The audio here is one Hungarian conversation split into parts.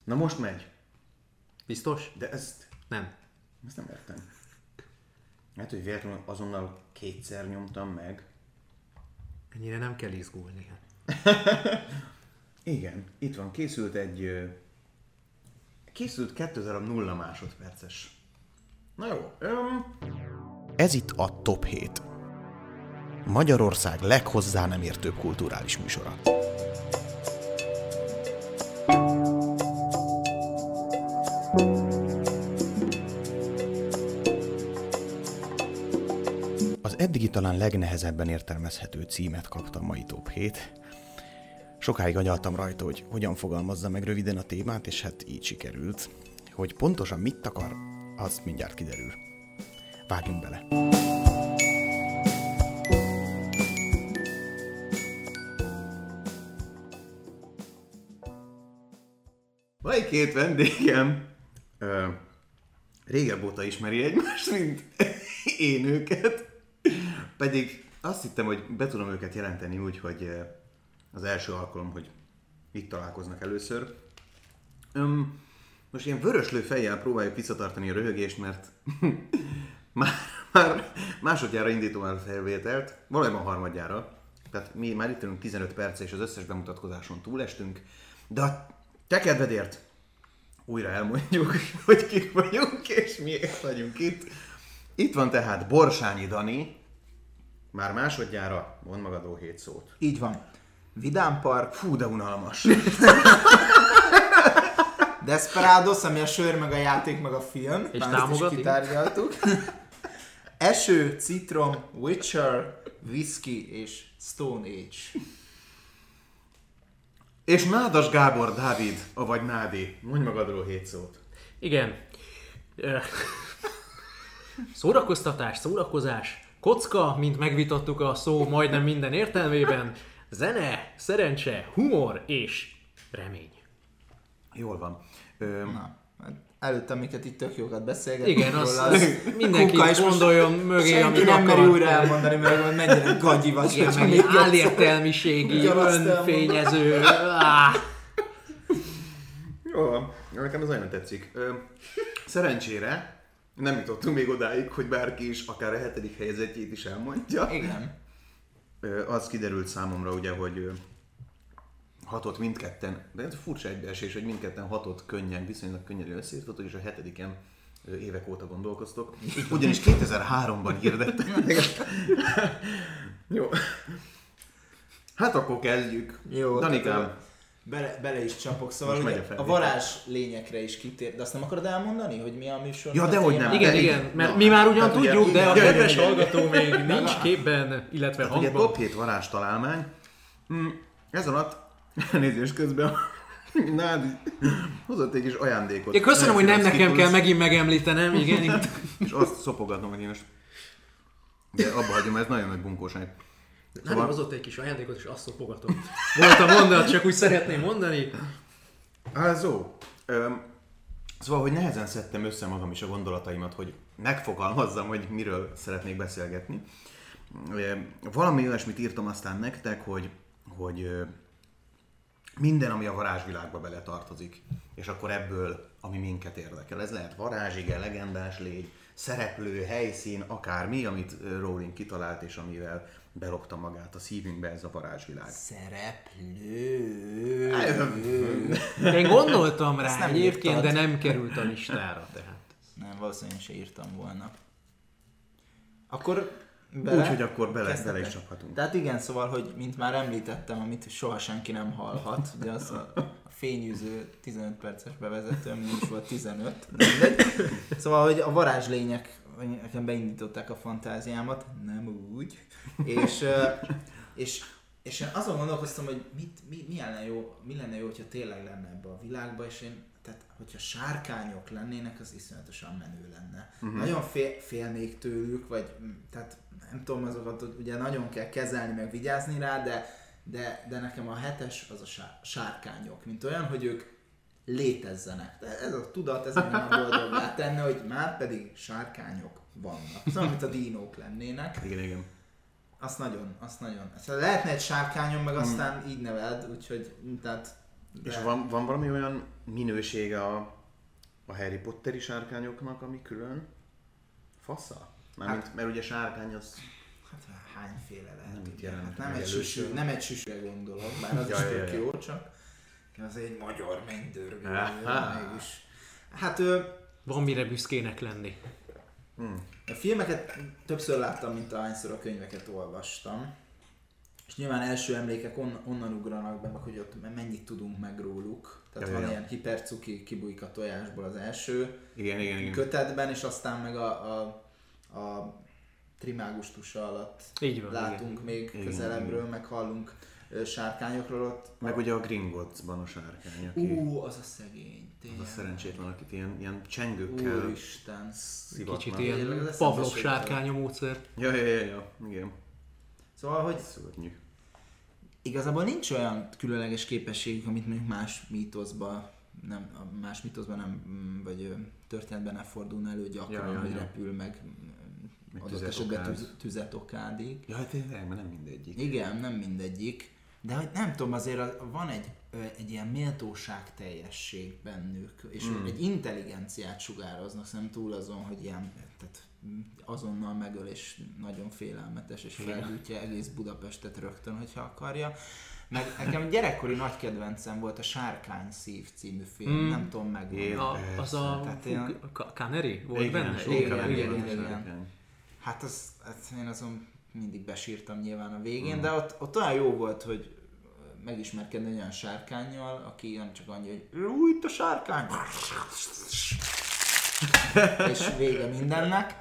Na most megy. Biztos? De ezt Nem. nem értem. Hát, hogy véletlenül azonnal kétszer nyomtam meg. Ennyire nem kell izgulni. Igen, itt van, készült 2000 másodperces. Na jó. Ez itt a Top 7. Magyarország leghozzá nem értőbb kulturális műsora. Az eddigi talán legnehezebben értelmezhető címet kapta a mai Top 7. Sokáig agyaltam rajta, hogy hogyan fogalmazza meg röviden a témát, és hát így sikerült. Hogy pontosan mit akar, az mindjárt kiderül. Vágjunk bele! Mai két vendégem régebb óta ismeri egymást, mint én őket. Pedig azt hittem, hogy be tudom őket jelenteni úgy, hogy az első alkalom, hogy itt találkoznak először. Most ilyen vöröslő fejjel próbáljuk visszatartani a röhögést, mert már másodjára indítom el a felvételt, valójában harmadjára. Tehát mi már itt ülünk 15 perce, és az összes bemutatkozáson túlestünk. De a te kedvedért újra elmondjuk, hogy kik vagyunk, és miért vagyunk itt. Itt van tehát Borsányi Dani, már másodjára, mondd magadról 7 szót. Így van. Vidám Park. Fú, de unalmas. Desperados, ami a sör, meg a játék, meg a film. És már ezt támogatni? is kitárgyaltuk. Eső, citrom, Witcher, whisky és Stone Age. És Nádas Gábor Dávid, avagy Nádi, mondj magadról 7 szót. Igen. Szórakoztatás, szórakozás, kocka, mint megvitattuk a szó majdnem minden értelmében, zene, szerencse, humor és remény. Jól van. Na, előtte amiket itt tök jókat beszélgetünk. Igen, az mindenki kuka, és gondoljon mögé, senki amit nem meri akar. újra elmondani, mert hogy mennyire gagyi vagy. Igen, hogyha meg még egyszer álértelmiségi, ugyanazt önfényező. Jó van, nekem ez nagyon tetszik. Szerencsére nem jutottunk még odáig, hogy bárki is akár a 7. helyezettjét is elmondja. Igen. Az kiderült számomra ugye, hogy 6-ot mindketten, de ez furcsa egybeesés, hogy mindketten 6-ot könnyen, viszonylag könnyen összeírtatok, és a 7-en évek óta gondolkoztok. Ugyanis 2003-ban hirdettem. Jó. Hát akkor kezdjük. Jó, Danikám. Bele is csapok, szóval Most megy ugye a a felvétel. varázs lényekre is kitér, de azt nem akarod elmondani, hogy mi a műsor? Ja, dehogy nem. Igen, De igen, mert na, mi már ugyan hát ugye- tudjuk, de a igen, kedves igen, igen. hallgató még nincs képben, illetve Hát ugye hangban. top 7 varázs találmány. Ez alatt nézés közben Nádi hozott egy kis ajándékot. Én köszönöm, hogy nem nekem Skittles, kell megint megemlítenem, igen, itt. És azt szopogatom, hogy én most... De abba hagyom, ez nagyon nagy bunkóság. Nem hozott egy kis ajándékot, és azt szopogatom. Volt a mondat, csak úgy szeretném mondani. Zó. Szóval, hogy nehezen szedtem össze magam is a gondolataimat, hogy megfogalmazzam, hogy miről szeretnék beszélgetni. Valami olyasmit írtam aztán nektek, hogy minden, ami a varázsvilágba beletartozik, és akkor ebből, ami minket érdekel. Ez lehet varázsige, legendás légy, szereplő, helyszín, akármi, amit Rowling kitalált, és amivel belopta magát a szívünkbe ez a varázsvilág. Szereplő. Én gondoltam Ezt rá nem egyébként, írtad. de nem került a listára. Tehát. Nem, valószínűleg se írtam volna. Akkor Úgyhogy akkor bele kezdhetek. is csaphatunk. Tehát igen, szóval, hogy mint már említettem, amit soha senki nem hallhat, ugye az a fényűző 15 perces bevezető, ami is volt 15, de mindegy. Szóval, hogy a varázslények nekem beindították a fantáziámat, nem úgy, és én azon gondolkoztam, hogy mi lenne jó, hogyha tényleg lenne ebbe a világba, és én, tehát hogyha sárkányok lennének, az iszonyatosan menő lenne. Nagyon félnék tőlük, vagy tehát nem tudom, azokat ugye nagyon kell kezelni, meg vigyázni rá, de nekem a 7-es az a sárkányok, mint olyan, hogy ők létezzenek. De ez a tudat, ez engem a boldoggá tenne, hogy már pedig sárkányok vannak. Szóval, mint a dinók lennének. Igen. Azt nagyon. Szóval lehetne egy sárkányom, meg aztán így neveld, úgyhogy tehát És van valami olyan minősége a Harry Potteri sárkányoknak, ami külön fasza? Mert ugye sárkány az... Hát hányféle lehet? Nem mit jelent. Nem egy süsűre gondolok, bár az is tök jó, csak az egy magyar mennydörgő. Mégis. Hát van mire büszkének lenni. A filmeket többször láttam, mint ahányszor a könyveket olvastam. És nyilván első emlékek onnan ugranak be, hogy ott mennyit tudunk meg róluk. Tehát van ilyen hipercuki, kibújik a tojásból az első igen. kötetben, és aztán meg a trimágustusa alatt így van, látunk még közelebbről, meg hallunk sárkányokról ott. Meg ugye a Gringottsban a sárkány, aki... az a szegény, tényleg. Az a szerencsétlen, akit ilyen csengőkkel Úristen. szivatnak. Kicsit ilyen Pavlov sárkánya módszer. Ja, igen. Szóval, hogy Szörnyű. igazából nincs olyan különleges képességük, amit mondjuk más mítoszban nem, vagy történetben ne fordulna elő gyakran, hogy repül meg adott esetben tüzet okádig. Ja, tényleg, mert nem mindegyik. Igen, nem mindegyik. De hogy nem tudom, azért van egy ilyen méltóság teljesség bennük, és egy intelligenciát sugároznak, szerintem túl azon, hogy ilyen, tehát azonnal megöl, és nagyon félelmetes, és felgyújtja egész Budapestet rögtön, hogyha akarja. Meg nekem gyerekkori nagy kedvencem volt a Sárkány szív című film, nem tudom Az a Canary volt igen, benne? Igen. Hát én azon mindig besírtam nyilván a végén, de ott olyan jó volt, hogy megismerkedni olyan sárkánnyal, aki nem csak annyi, hogy itt a sárkány! És vége mindennek.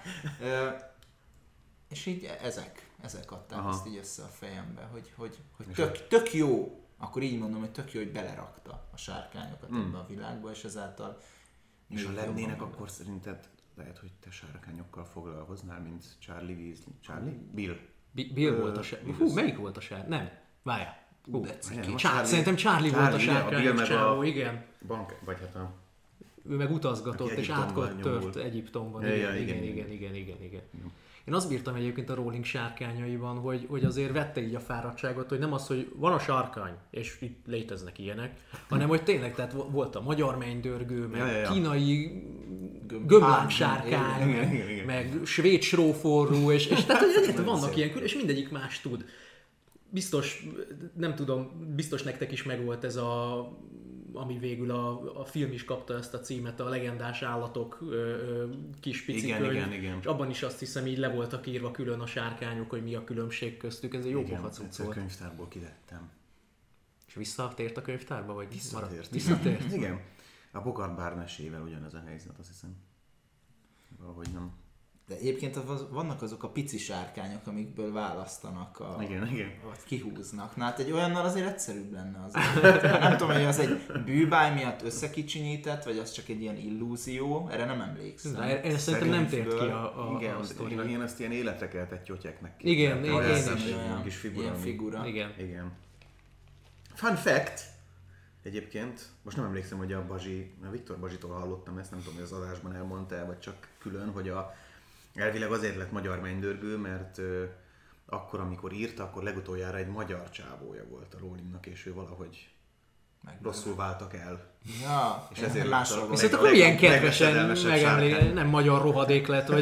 És így ezek adták ezt így össze a fejembe, hogy tök jó, akkor így mondom, hogy tök jó, hogy belerakta a sárkányokat ebbe a világba, és ezáltal... És ha lennének, akkor szerinted lehet, hogy te sárkányokkal foglalkoznál, mint Charlie Weasley? Bill volt a sárkány. Melyik volt a sárkány? Nem, várjál. Szerintem Charlie volt a sárkány, csávó, igen. Vagy hát a... Ő meg utazgatott és átkott Egyiptomban. Igen. Én azt bírtam egyébként a Rowling sárkányaiban, hogy azért vette így a fáradtságot, hogy nem az, hogy van a sárkány, és itt léteznek ilyenek, hanem hogy tényleg, tehát volt a magyar mennydörgő, meg kínai gömblábsárkány, meg svéd sróforró, és tehát hogy vannak ilyen, és mindegyik más tud. Biztos, nem tudom, biztos nektek is megvolt ez ami végül a film is kapta ezt a címet, a legendás állatok kis pici könyv. Igen. És abban is azt hiszem így le voltak írva külön a sárkányok, hogy mi a különbség köztük. Ez egy jó pofa cucc volt. A könyvtárból kivettem. És visszatért a könyvtárba? Vagy Visszatért. Igen. A Bogart Barnesével ugyanez a helyzet, azt hiszem. Valahogy nem. De egyébként vannak azok a pici sárkányok, amikből választanak, vagy kihúznak. Na hát egy olyannal azért egyszerűbb lenne az. Nem tudom, hogy az egy bűbáj miatt összekicsinyített, vagy az csak egy ilyen illúzió, erre nem emlékszem. Erre szerintem nem tért ki a sztori. Én ezt ilyen életre keltett gyógyeknek. Igen, én is. Ilyen kis figura. Igen. Fun fact! Egyébként, most nem emlékszem, hogy a Viktor Bazsitól hallottam ezt, nem tudom, hogy az adásban elmondta, vagy csak külön, hogy elvileg azért lett magyar mennydörgő, mert akkor, amikor írta, akkor legutoljára egy magyar csávója volt a Rowlingnak, és ő valahogy rosszul váltak el. Ja, és ezért másról. Viszont akkor milyen kedvesen megemlékezni, nem magyar rohadék lett, vagy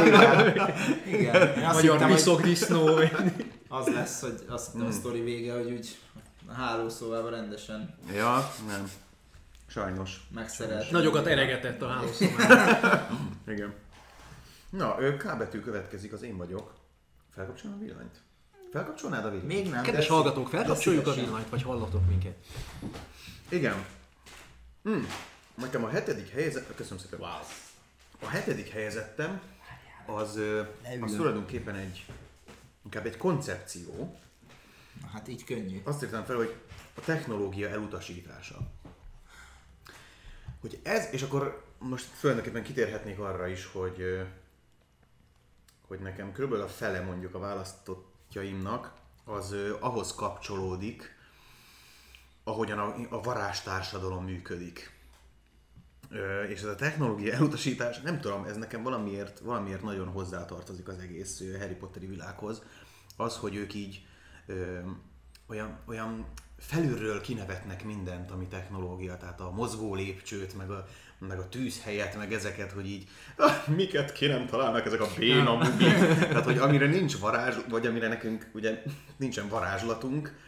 igen. magyar viszogdisznó. Az lesz, hogy azt a sztori vége, hogy úgy a hálószobában rendesen. Ja, nem. Sajnos. Megszerelt. Nagyokat eregetett a hálószobában. Igen. Na, K betű következik, az én vagyok. Felkapcsolom a villanyt? Felkapcsolnád a villanyt? Még nem. Kedves hallgatók, felkapcsoljuk a villanyt, vagy hallatok minket? Igen. Nekem a 7. helyzet... Köszönöm szépen. Wow. A 7. helyezettem az tulajdonképpen inkább egy koncepció. Na hát így könnyű. Azt írtam fel, hogy a technológia elutasítása. Hogy ez, és akkor most tulajdonképpen kitérhetnék arra is, hogy nekem körülbelül a fele mondjuk a választottjaimnak az ahhoz kapcsolódik, ahogyan a varázstársadalom működik. És ez a technológia elutasítás, nem tudom, ez nekem valamiért nagyon hozzátartozik az egész Harry Potteri világhoz. Az, hogy ők így olyan felülről kinevetnek mindent, ami technológia, tehát a mozgó lépcsőt, meg a tűzhelyet, meg ezeket, hogy így miket ki nem találnak ezek a béna mugik. Tehát, hogy amire nincs varázslat, vagy amire nekünk ugye nincsen varázslatunk.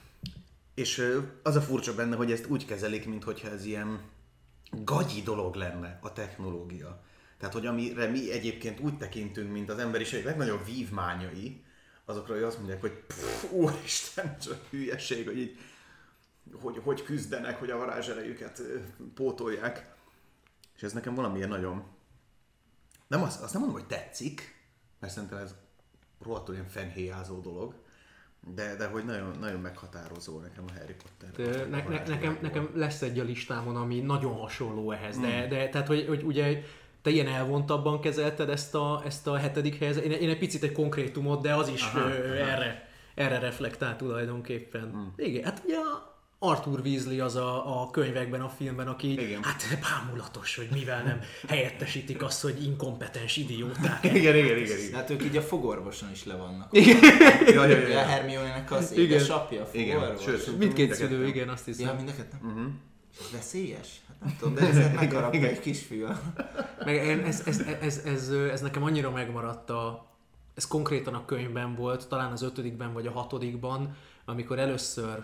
És az a furcsa benne, hogy ezt úgy kezelik, minthogyha ez ilyen gagyi dolog lenne a technológia. Tehát, hogy amire mi egyébként úgy tekintünk, mint az emberiség legnagyobb vívmányai, azokra, hogy azt mondják, hogy úristen, csak hülyeség, hogy így hogy küzdenek, hogy a varázserejüket pótolják. És ez nekem valamiért nagyon... azt nem mondom, hogy tetszik, mert szerintem ez rohadtul ilyen fennhéjázó dolog, de hogy nagyon, nagyon meghatározó nekem a Harry Potter. Nekem lesz egy a listámon, ami nagyon hasonló ehhez, de tehát, hogy ugye te ilyen elvontabban kezelted ezt a 7. helyezet. Én egy picit egy konkrétumot, de az is erre reflektál tulajdonképpen. Igen, hát ugye Arthur Weasley az a könyvekben, a filmben, aki igen. Hát bámulatos, hogy mivel nem helyettesítik azt, hogy inkompetens idióták. Igen. Hát ők így a fogorvoson is le vannak. Igen. A Hermione-nek az édesapja, a fogorvos. Mindkét szülő, igen, azt hiszem. Ja, mindeket nem? Veszélyes? Hát nem tudom, de ezért megharapta egy kisfiú. Meg ez nekem annyira megmaradt ez konkrétan a könyvben volt, talán az 5. vagy a 6-ban, amikor először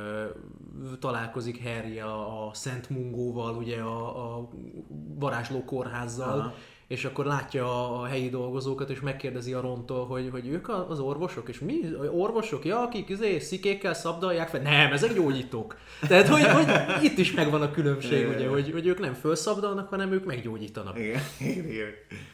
találkozik Harry a Szent Mungóval, ugye a varázsló kórházzal, aha. És akkor látja a helyi dolgozókat, és megkérdezi a Rontól, hogy ők az orvosok, és mi? Orvosok? Ja, akik szikékkel szabdalják fel? Nem, ezek gyógyítók. Tehát, hogy itt is megvan a különbség, ugye, hogy ők nem felszabdalnak, hanem ők meggyógyítanak. Igen.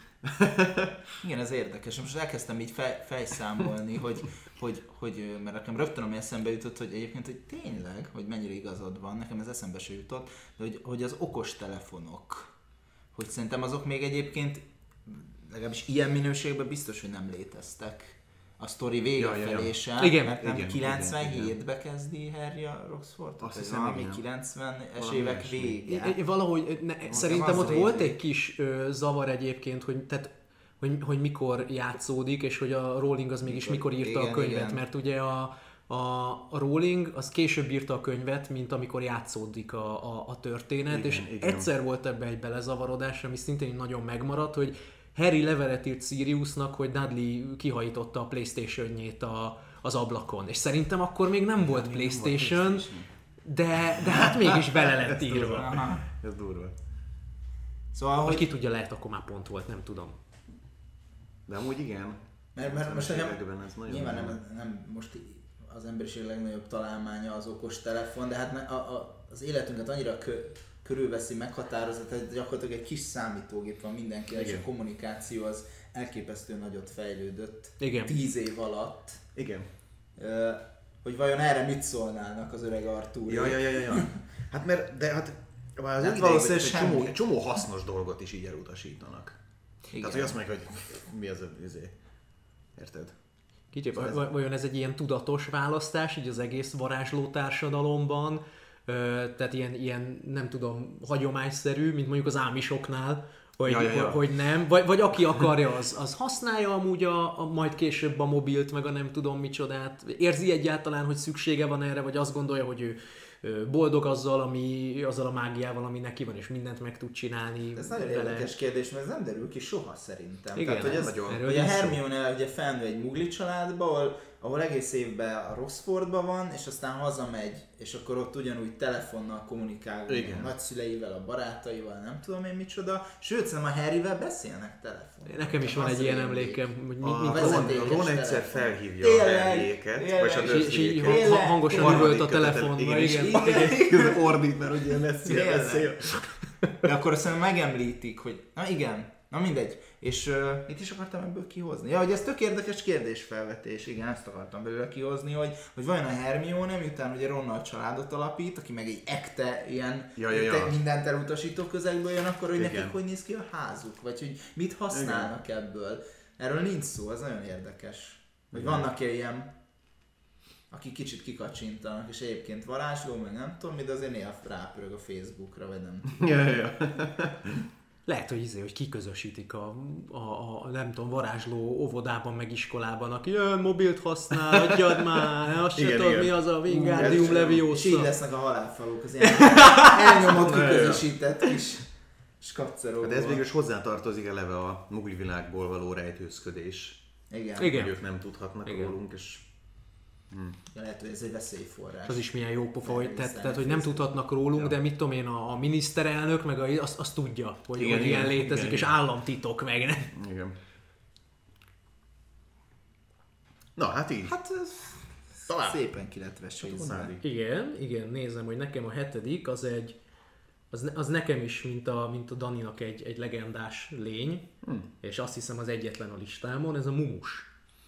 Igen, ez érdekes. Most elkezdtem így fejszámolni, hogy mert nekem rögtön ami eszembe jutott, hogy egyébként, hogy tényleg, hogy mennyire igazad van, nekem ez eszembe se jutott, de hogy az okostelefonok, hogy szerintem azok még egyébként legalábbis ilyen minőségben biztos, hogy nem léteztek a sztori vége felé sem, igen, mert nem 97-be kezdi Harry a Roxfordot, azt hiszem, ami 90-es évek vége. Valahogy szerintem ott volt egy kis zavar egyébként, hogy mikor játszódik, és hogy a Rowling az mégis mikor írta a könyvet, igen. Mert ugye a Rowling az később írta a könyvet, mint amikor játszódik a történet, igen, és igen. Egyszer volt ebbe egy belezavarodás, ami szintén nagyon megmaradt, hogy Harry levelet írt Siriusnak, hogy Dudley kihajította a PlayStation-jét az ablakon, és szerintem akkor még nem volt PlayStation, de hát mégis bele lett írva. Ez durva. Szóval, hogy ki tudja, lehet akkor már pont volt, nem tudom. De amúgy igen. Mert most nyilván nem most az emberiség legnagyobb találmánya az okostelefon, de hát az életünket annyira körülveszi, meghatározott, hogy gyakorlatilag egy kis számítógép van mindenki, és a kommunikáció az elképesztően nagyot fejlődött. Igen. 10 év alatt. Igen. Hogy vajon erre mit szólnának az öreg Artúr? Ja. Hát az egy csomó hasznos dolgot is így elutasítanak. Igen. Tehát, hogy azt mondják, hogy mi az érted? Kicsit, vajon ez egy ilyen tudatos választás így az egész varázsló társadalomban? Tehát ilyen, nem tudom, hagyományszerű, mint mondjuk az ámisoknál, hogy nem. Vagy aki akarja, az használja amúgy majd később a mobilt, meg a nem tudom micsodát. Érzi egyáltalán, hogy szüksége van erre, vagy azt gondolja, hogy ő boldog azzal a mágiával, ami neki van, és mindent meg tud csinálni. Ez nagyon érdekes kérdés, mert ez nem derül ki soha szerintem. Igen, tehát, hogy ugye Hermione ugye felnő egy mugli családba, ahol egész évben a Roxfordban van, és aztán hazamegy, és akkor ott ugyanúgy telefonnal kommunikál a nagyszüleivel, a barátaival, nem tudom én micsoda. Sőt, szerintem a Harryvel beszélnek telefonon. Nekem is van egy ilyen emlékem, hogy a Ron egyszer felhívja a Harryéket, vagy a Dursley-éket. Hangosan üvölt a telefonba, igen. Ordít, mert ugye messzire beszél. De akkor szerintem megemlítik, hogy na igen, na mindegy. És mit is akartam ebből kihozni? Ja, hogy ez tök érdekes kérdésfelvetés, igen, ezt akartam belőle kihozni, hogy vajon a Hermione, miután ugye Ronnal családot alapít, aki meg egy ekte ilyen mindent elutasító közegből jön, akkor hogy nekik hogy néz ki a házuk, vagy hogy mit használnak ebből. Erről nincs szó, ez nagyon érdekes. Hogy vannak-e ilyen, akik kicsit kikacsintanak, és egyébként varázsló, meg nem tudom, de azért néha rápörög a Facebookra, vagy nem. Ja. Lehet, hogy kiközösítik a nem tudom, varázsló óvodában meg iskolában, aki mobilt használ, adjad már, azt se tudod, mi az a Wingardium Leviosa. És így lesznek a halálfalók, az elnyomott kiközösített kis skapceróból. De ez végül is hozzátartozik eleve a mugli világból való rejtőzködés. Igen. Hogy ők nem tudhatnak rólunk, és... Ja, lehet, hogy ez egy veszélyforrás. Az is milyen jó pofa, hogy, tehát, hogy nem tudhatnak rólunk, de mit tudom én, a miniszterelnök meg azt tudja, hogy ilyen létezik, és államtitok meg, nem? Igen. Na, hát így. Hát ez szépen ki lett vesézve. Igen, nézem, hogy nekem a 7. az nekem is, mint a Daninak egy legendás lény, és azt hiszem az egyetlen a listámon, ez a Mumus.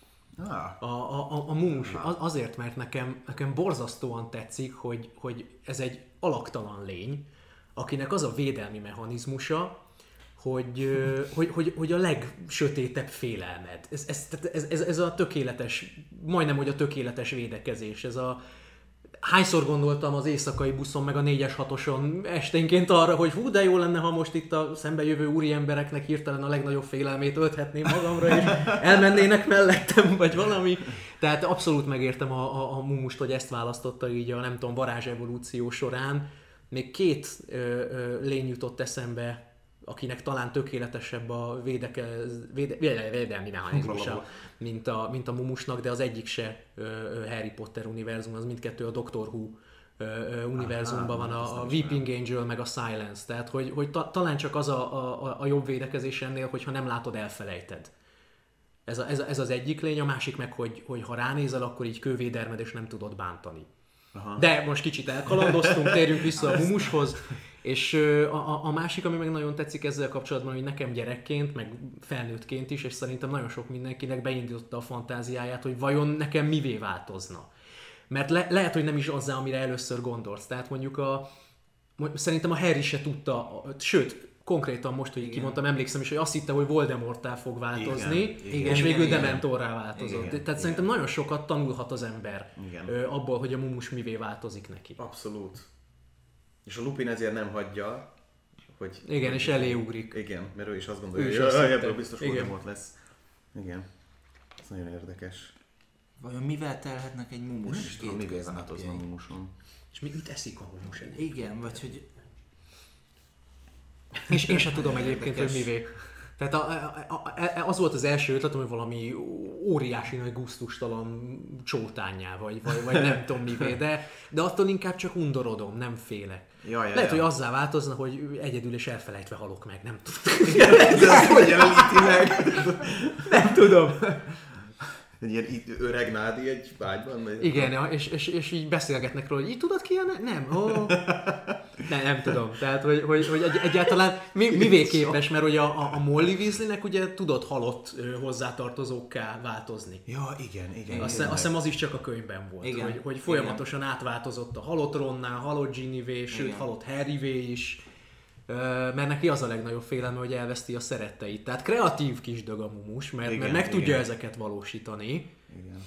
A Mumus azért, mert nekem borzasztóan tetszik, hogy ez egy alaktalan lény, akinek az a védelmi mechanizmusa, hogy a legsötétebb félelmed. Ez a tökéletes, majdnem hogy a tökéletes védekezés. Ez a hányszor gondoltam az éjszakai buszon, meg a 4-es 6-oson esténként arra, hogy hú, de jó lenne, ha most itt a szembejövő úri embereknek hirtelen a legnagyobb félelmét ölthetném magamra, és elmennének mellettem, vagy valami. Tehát abszolút megértem a Mumust, hogy ezt választotta így a nem tudom, varázsevolúció során. Még 2 lény jutott eszembe, akinek talán tökéletesebb a védelmi mechanizmusa, mint a Mumusnak, de az egyik se Harry Potter univerzum, az mindkettő a Doctor Who univerzumban van, a Weeping Angel meg a Silence, tehát hogy talán csak az a jobb védekezés ennél, hogyha nem látod, elfelejted. Ez az egyik lény, a másik meg, hogy ha ránézel, akkor így kővédermed és nem tudod bántani. Aha. De most kicsit elkalandoztunk, térjünk vissza a Mumushoz. És a másik, ami meg nagyon tetszik ezzel kapcsolatban, hogy nekem gyerekként, meg felnőttként is, és szerintem nagyon sok mindenkinek beindította a fantáziáját, hogy vajon nekem mivé változna. Mert lehet, hogy nem is azzá, amire először gondolsz. Tehát mondjuk szerintem a Harry se tudta, sőt, konkrétan most, hogy kimondtam, emlékszem is, hogy azt hitte, hogy Voldemorttá fog változni, és végül Dementorrá változott. Tehát szerintem nagyon sokat tanulhat az ember abból, hogy a Mumus mivé változik neki. Abszolút. És a Lupin ezért nem hagyja, hogy... Igen, és eléugrik. Igen, mert ő is azt gondolja, hogy ebből biztos Voldemort lesz. Igen. Ez nagyon érdekes. Vajon mivel telhetnek egy Mumus? Mivel változna a Mumuson? És mit eszik a Mumus? Igen, vagy hogy... És én sem tudom egyébként, hogy mivé. Tehát az volt az első ötletem, hogy valami óriási nagy gusztustalan csótányá, vagy nem tudom mivé, de attól inkább csak undorodom, nem félek. Lehet, hogy azzá változna, hogy egyedül és elfelejtve halok meg, nem tudom. De azt hogy jeleníti meg? Nem tudom. Egy ilyen öreg nádi egy vágyban? Igen, és így beszélgetnek róla, hogy így tudod ki a nem? Nem tudom. Tehát, hogy egyáltalán mivé képes, mert ugye a Molly Weasleynek ugye tudott halott hozzátartozókká változni. Ja, igen. Azt hiszem az is csak a könyvben volt, igen, hogy folyamatosan átváltozott a halott Ronnál, halott Ginnyvé, sőt halott Harryvé is. Mert neki az a legnagyobb félelme, hogy elveszti a szeretteit. Tehát kreatív kis dög a Mumus, mert meg tudja ezeket valósítani. Igen.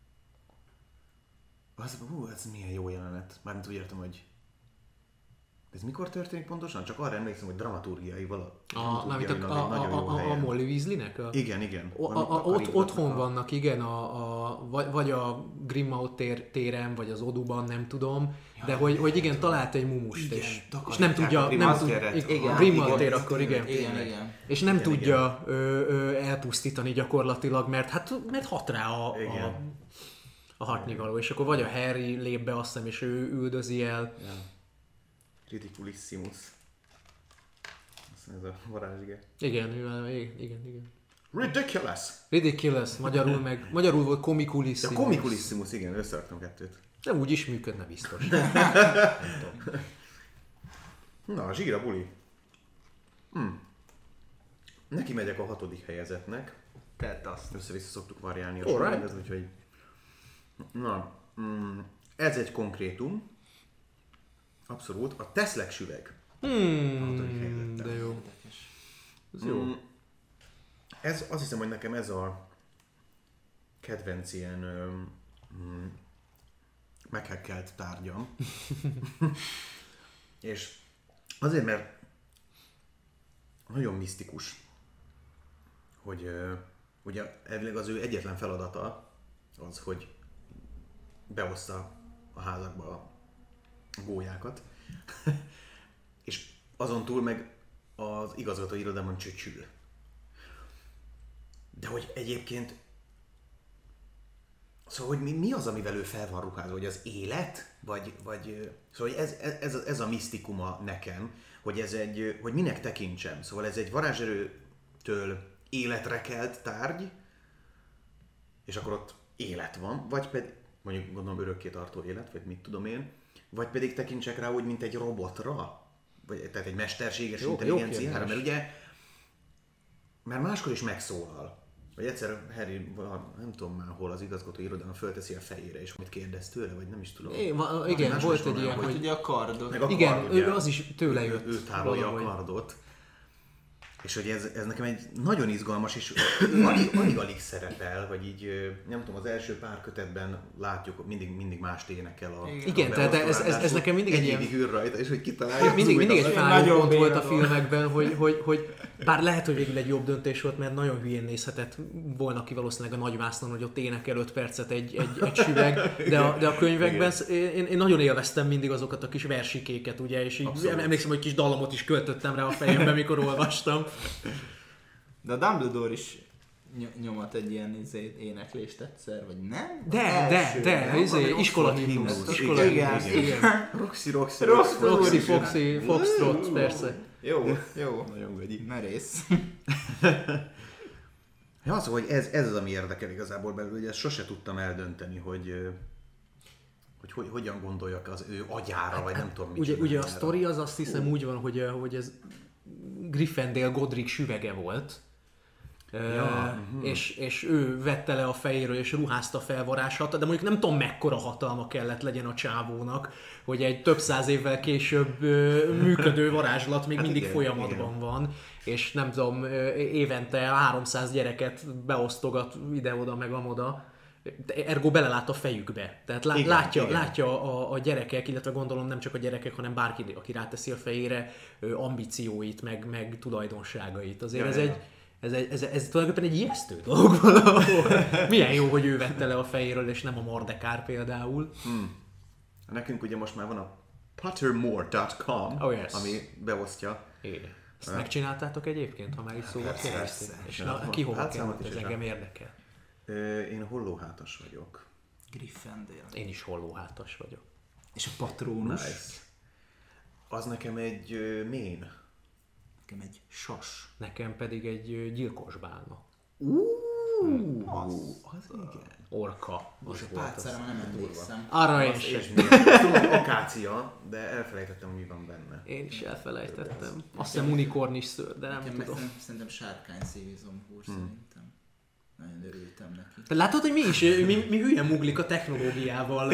Ez milyen jó jelenet. Mármint úgy értem, hogy ez mikor történik pontosan? Csak arra emlékszem, hogy dramaturgiaival. A Molly Weasleynek? Igen. Otthon vannak, igen, vagy a Grimmauld téren, vagy az Oduban, nem tudom, de hogy igen, talált egy Mumust, és nem tudja, Grimmauld tér akkor, igen. És nem tudja elpusztítani gyakorlatilag, mert hat rá a hatnivaló, és akkor vagy a Harry lép be, azt hiszem, és ő üldözi el. Ridiculissimus. Ez a varázsige. Igen. Ridiculous. Magyarul volt komikulissimus. Ja, komikulissimus, igen, összeraktam 2. De úgy is működne biztos. Na, zsíra buli. Neki megyek a 6. helyezetnek. Tedd azt. Össze-vissza szoktuk variálni a sorrendet, úgyhogy... Na, ez egy konkrétum. Abszolút. A Teszlek süveg. De jó. Ez jó. Azt hiszem, hogy nekem ez a kedvenc ilyen meghekkelt tárgyam. És azért, mert nagyon misztikus, hogy ugye elvileg az ő egyetlen feladata az, hogy behozta a házakba a gólyákat, és azon túl meg az igazgató irodában csücsül. De hogy egyébként, szóval hogy mi az, amivel ő fel van ruházva, hogy az élet? Vagy szóval ez a misztikuma nekem, hogy hogy minek tekintsem. Szóval ez egy varázserőtől életre kelt tárgy, és akkor ott élet van, vagy pedig, mondjuk gondolom örökké tartó élet, vagy mit tudom én, vagy pedig tekintsek rá úgy, mint egy robotra, vagy tehát egy mesterséges intelligenciára, mert ugye, mert máskor is megszólal. Vagy egyszer Harry, nem tudom már hol az igazgató irodán fölteszi a fejére, és mit kérdez tőle, vagy nem is tudom. Igen, volt egy ilyen, hogy ugye a kardot. Igen, kard, az is tőle jött. Ő tárolja a kardot. És hogy ez nekem egy nagyon izgalmas, és alig szerepel, vagy így, nem tudom, az első pár kötetben látjuk, mindig mást énekel a... Igen, tehát ez nekem mindig egy évig ül rajta, és hogy kitalálja. Mindig egy fájó pont volt a filmekben, hogy bár lehet, hogy végül egy jobb döntés volt, mert nagyon hülyén nézhetett volna ki valószínűleg a nagyvásznon, hogy ott énekel 5 percet egy süveg, de a könyvekben én nagyon élveztem mindig azokat a kis versikéket, ugye, és így emlékszem, hogy kis dallamot is költöttem rá a fejembe, mikor olvastam. De a Dumbledore is nyomat egy ilyen éneklést egyszer, vagy nem? De, iskola himnusz. Igen. Roxy, Foxy, Foxtrot, persze. Jó. Nagyon gagyi. Merész. Ja, szóval, hogy ez az, ami érdekel igazából belőle, hogy ezt sose tudtam eldönteni, hogy hogyan gondoljak az ő agyára, vagy nem tudom mit. Ugye a sztori az azt hiszem úgy van, hogy ez Gryffindor Godric süvege volt, és ő vette le a fejéről és ruházta fel varázshatalmat, de mondjuk nem tudom mekkora hatalma kellett legyen a csávónak, hogy egy több száz évvel később működő varázslat még mindig folyamatban van, és nem tudom, évente 300 gyereket beosztogat ide-oda meg amoda, ergo belelát a fejükbe. Tehát látja a gyerekek, illetve gondolom nem csak a gyerekek, hanem bárki, aki ráteszi a fejére ambícióit, meg tulajdonságait. Azért ez tulajdonképpen egy ijesztő dolog valahol. Milyen jó, hogy ő vette le a fejéről, és nem a Mordekár például. Nekünk ugye most már van a Pottermore.com, ami beosztja. Igen. Ezt megcsináltátok egyébként, ha már itt szóval kérdeztünk? És ki hova került, ez engem érdekel. Én hollóhátas vagyok. Gryffindor. Én is hollóhátas vagyok. És a patrónus? Nice. Az nekem egy mén. Nekem egy sas. Nekem pedig egy gyilkos bálna. Az igen. Orka. Most a pálcára már nem emlékszem. Arra én sem. Tudom, akácia, de elfelejtettem, hogy mi van benne. Én is elfelejtettem. Azt hiszem unikornis szőr, de nem tudom. Szerintem sárkány szívizomhúr szerintem. Nagyon örültem neki. Te látod, hogy mi hülyen muglik a technológiával.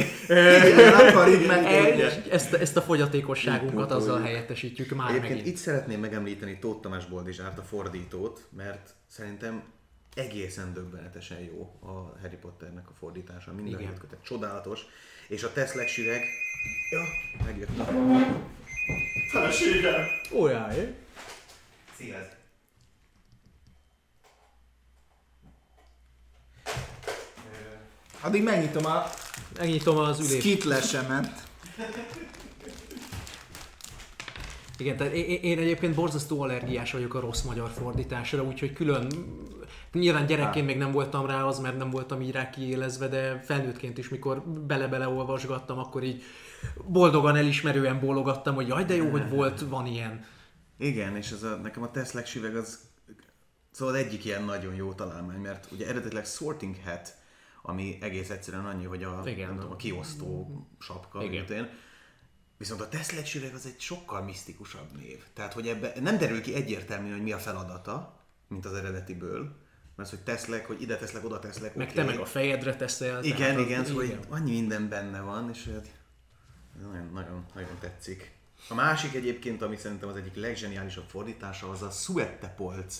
Ezt a fogyatékosságunkat azzal helyettesítjük már Egyébként megint. itt szeretném megemlíteni Tóth Tamás Boldizsárt, a fordítót, mert szerintem egészen döbbenetesen jó a Harry Potternek a fordítása. Minden kötet csodálatos. És a Teszlek-süreg... Ja, megjött a feleségem! Ójjaj! Szíves! Addig megnyitom az ülést. skitlesemet. Igen, tehát én egyébként borzasztó allergiás vagyok a rossz magyar fordításra, úgyhogy külön, nyilván gyerekként még nem voltam rá az, mert nem voltam így rá kiélezve, de felnőttként is, mikor bele-bele olvasgattam, akkor így boldogan, elismerően bólogattam, hogy jaj, de jó, hogy van ilyen. Igen, és nekem a Teszlek-süveg az szóval egyik ilyen nagyon jó találmány, mert ugye eredetileg Sorting Hat, ami egész egyszerűen annyi, hogy a kiosztó sapka, mint én. Viszont a Teszlek-süveg az egy sokkal misztikusabb név. Tehát, hogy ebben nem derül ki egyértelműen, hogy mi a feladata, mint az eredetiből. Mert hogy teszlek, hogy ide teszlek, oda teszlek. Meg te meg a fejedre teszel. Igen, szóval annyi minden benne van, és nagyon, nagyon, nagyon tetszik. A másik egyébként, ami szerintem az egyik legzseniálisabb fordítása, az a Suettepolc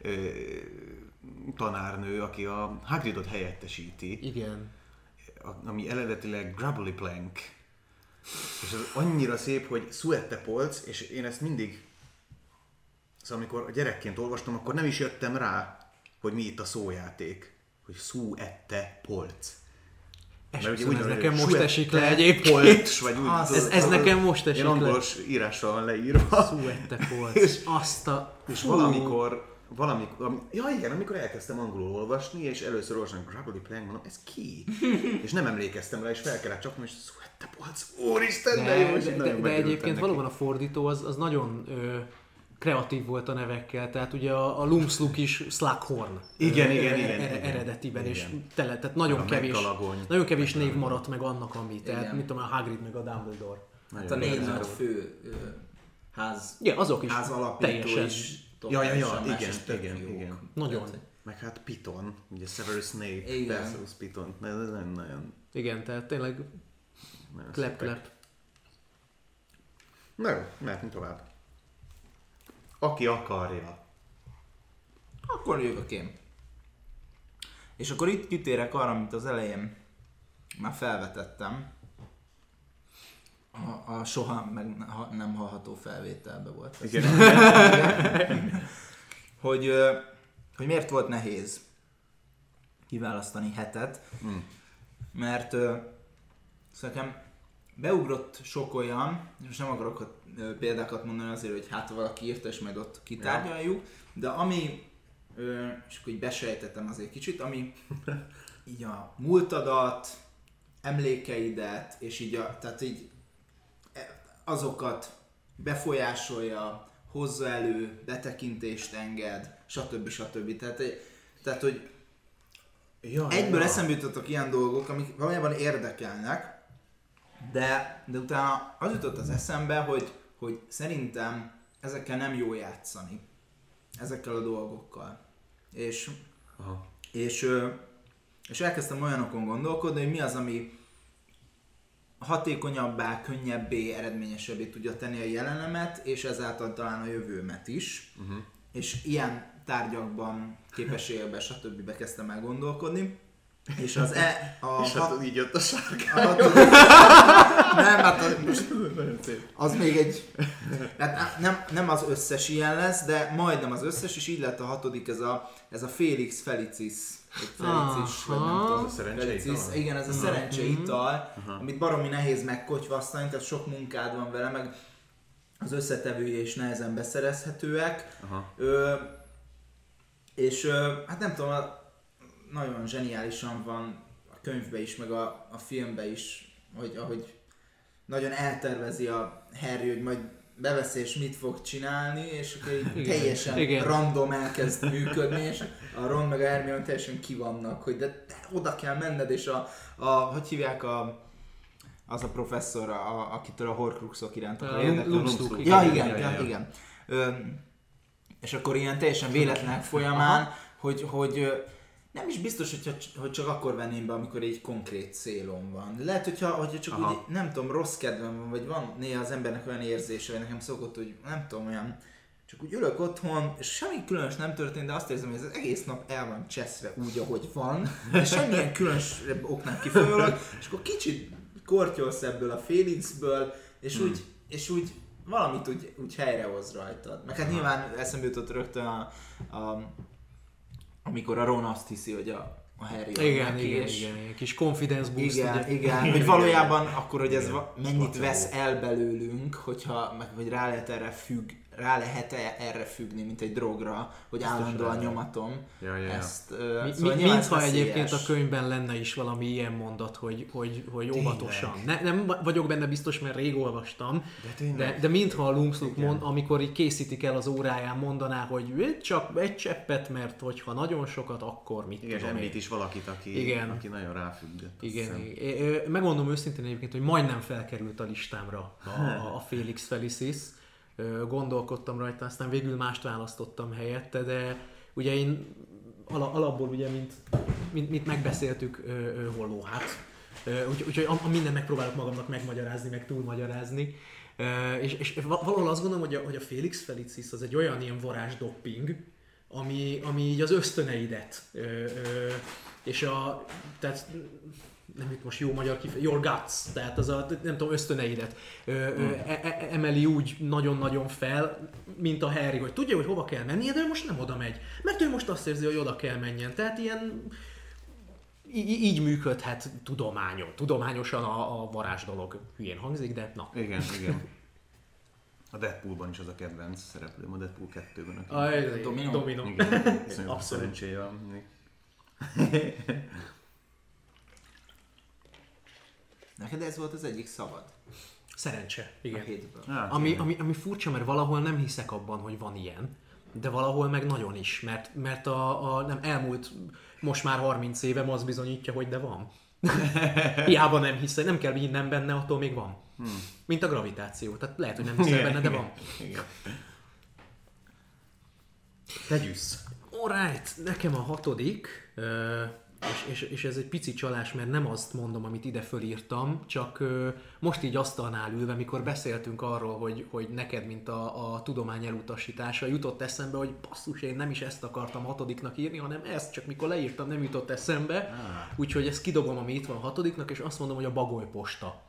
tanárnő, aki a Hagridot helyettesíti. Igen. Ami eredetileg Grubbly Plank. És az annyira szép, hogy Suettepolc, és én ezt mindig Szóval amikor gyerekként olvastam, akkor nem is jöttem rá, hogy mi itt a szójáték. Hogy szú ette polc. Esküszöm, ez nekem most esik le egyébként. Ez nekem most esik le. Én angolos írással van leírva. Szú ette polc. És valamikor, igen, amikor elkezdtem angolul olvasni, és először olvasni, amikor Rapidly Playing, mondom, ez ki? És nem emlékeztem rá, és fel kellett csapnom, és szú ette polc, úristen, de jó. De egyébként valóban a fordító az nagyon... kreatív volt a nevekkel, tehát ugye a Lumsluk is Slughorn. Igen. Eredetiben, és tele, tehát nagyon kevés név maradt meg annak, ami, tehát mit tudom, a Hagrid meg a Dumbledore. Hát a 4 nagy fő ház, azok is ház alapító is. Igen. Nagyon. Meg hát Piton, ugye Severus Snape, Perseus Piton, ez nagyon... Igen, tehát tényleg klep. Na jó, mehetünk tovább. Aki akarja. Akkor jövök én. És akkor itt kitérek arra, amit az elején már felvetettem. A soha meg nem hallható felvételben volt. Igen. hogy miért volt nehéz kiválasztani hetet. Mert nekem beugrott sok olyan, és nem akarok példákat mondani azért, hogy hát valaki írta, és majd ott kitárgyaljuk, de ami, és akkor így besejtettem azért kicsit, ami így a múltadat, emlékeidet, és így, tehát így azokat befolyásolja, hozza elő, betekintést enged, stb. Tehát hogy egyből eszembe jutottak ilyen dolgok, amik valójában érdekelnek, de utána az jutott az eszembe, hogy szerintem ezekkel nem jó játszani. Ezekkel a dolgokkal. És elkezdtem olyanokon gondolkodni, hogy mi az, ami hatékonyabbá, könnyebbé, eredményesebbé tudja tenni a jelenemet, és ezáltal talán a jövőmet is. És ilyen tárgyakban, képességekben, stb. Kezdtem el gondolkodni. És az így jött a sárkány. Nem, hát az még egy... Hát nem az összes ilyen lesz, de majdnem az összes, és így lett a 6. ez a Felix Felicis. Felicis, vagy nem tudom. Szerencseital? Igen, ez a szerencseital, amit baromi nehéz megkotyvasztani, tehát sok munkád van vele, meg az összetevője is nehezen beszerezhetőek. És hát nem tudom, nagyon zseniálisan van a könyvben is, meg a filmben is, hogy ahogy nagyon eltervezi a Harry, hogy majd beveszi és mit fog csinálni, és akkor így teljesen random elkezd működni, és a Ron meg a Hermione teljesen kivannak, hogy de oda kell menned, és hogy hívják az a professzor, akitől a Horcruxok irántak a Lumsluk. Igen. És akkor ilyen teljesen véletlenek folyamán, hogy nem is biztos, hogy csak akkor venném be, amikor egy konkrét célom van. Lehet, hogyha csak úgy, nem tudom, rossz kedvem van, vagy van néha az embernek olyan érzése, vagy nekem szokott, hogy nem tudom, olyan, csak úgy ülök otthon, és semmi különös nem történt, de azt érzem, hogy ez egész nap el van cseszve úgy, ahogy van, és semmilyen különösebb oknál kifolyólag, és akkor kicsit kortyolsz ebből a Felixből, és úgy valamit úgy helyrehoz rajtad. Meg hát nyilván eszembe jutott rögtön amikor a Ron azt hiszi, hogy a Harry igen, kis confidence boost. Igen, hogy valójában akkor, hogy ez mennyit vesz el belőlünk, vagy rá lehet erre függni, mint egy drogra, hogy állandóan nyomatom ezt. Szóval mintha egyébként a könyvben lenne is valami ilyen mondat, hogy óvatosan. Nem vagyok benne biztos, mert rég olvastam, de mintha a Lumsluk mond, amikor így készítik el az óráján, mondaná, hogy csak egy cseppet, mert hogyha nagyon sokat, akkor mit tudom én. Említ is valakit, aki nagyon ráfüggött. Igen. Megmondom őszintén egyébként, hogy majdnem felkerült a listámra a Felix Felicis. Gondolkodtam rajta, aztán végül mást választottam helyette, de ugye én alapból ugye, mint megbeszéltük, hollóhát. Úgyhogy mindent megpróbálok magamnak megmagyarázni, meg túlmagyarázni. És valahol azt gondolom, hogy a Felix Felicis az egy olyan ilyen varázsdopping, ami így az ösztöneidet. Tehát nem jut most jó magyar kifejezés, your guts, tehát az a, nem tudom, ösztöneidet emeli úgy nagyon-nagyon fel, mint a Harry, hogy tudja, hogy hova kell mennie, de ő most nem oda megy, mert ő most azt érzi, hogy oda kell menjen. Tehát ilyen így működhet tudományosan a varázs dolog. Hülyén hangzik, de na. Igen. A Deadpoolban is az a kedvenc szereplőm, a Deadpool 2-ben. A Domino. Igen, abszolút szerencséje van. Neked ez volt az egyik szavad? Szerencse, igen. Ami furcsa, mert valahol nem hiszek abban, hogy van ilyen, de valahol meg nagyon is, mert nem elmúlt most már 30 évem az bizonyítja, hogy de van. Hiába nem hiszek, nem kell hinnem benne, attól még van. Mint a gravitáció, tehát lehet, hogy nem hiszel benne, de van. Tegyüssz. Alright, nekem a 6. És ez egy pici csalás, mert nem azt mondom, amit ide fölírtam, csak most így asztalnál ülve, mikor beszéltünk arról, hogy neked, mint a tudomány elutasítása, jutott eszembe, hogy basszus, én nem is ezt akartam 6-nak írni, hanem ezt, csak mikor leírtam, nem jutott eszembe. Úgyhogy ezt kidobom, ami itt van 6-nak, és azt mondom, hogy a bagolyposta.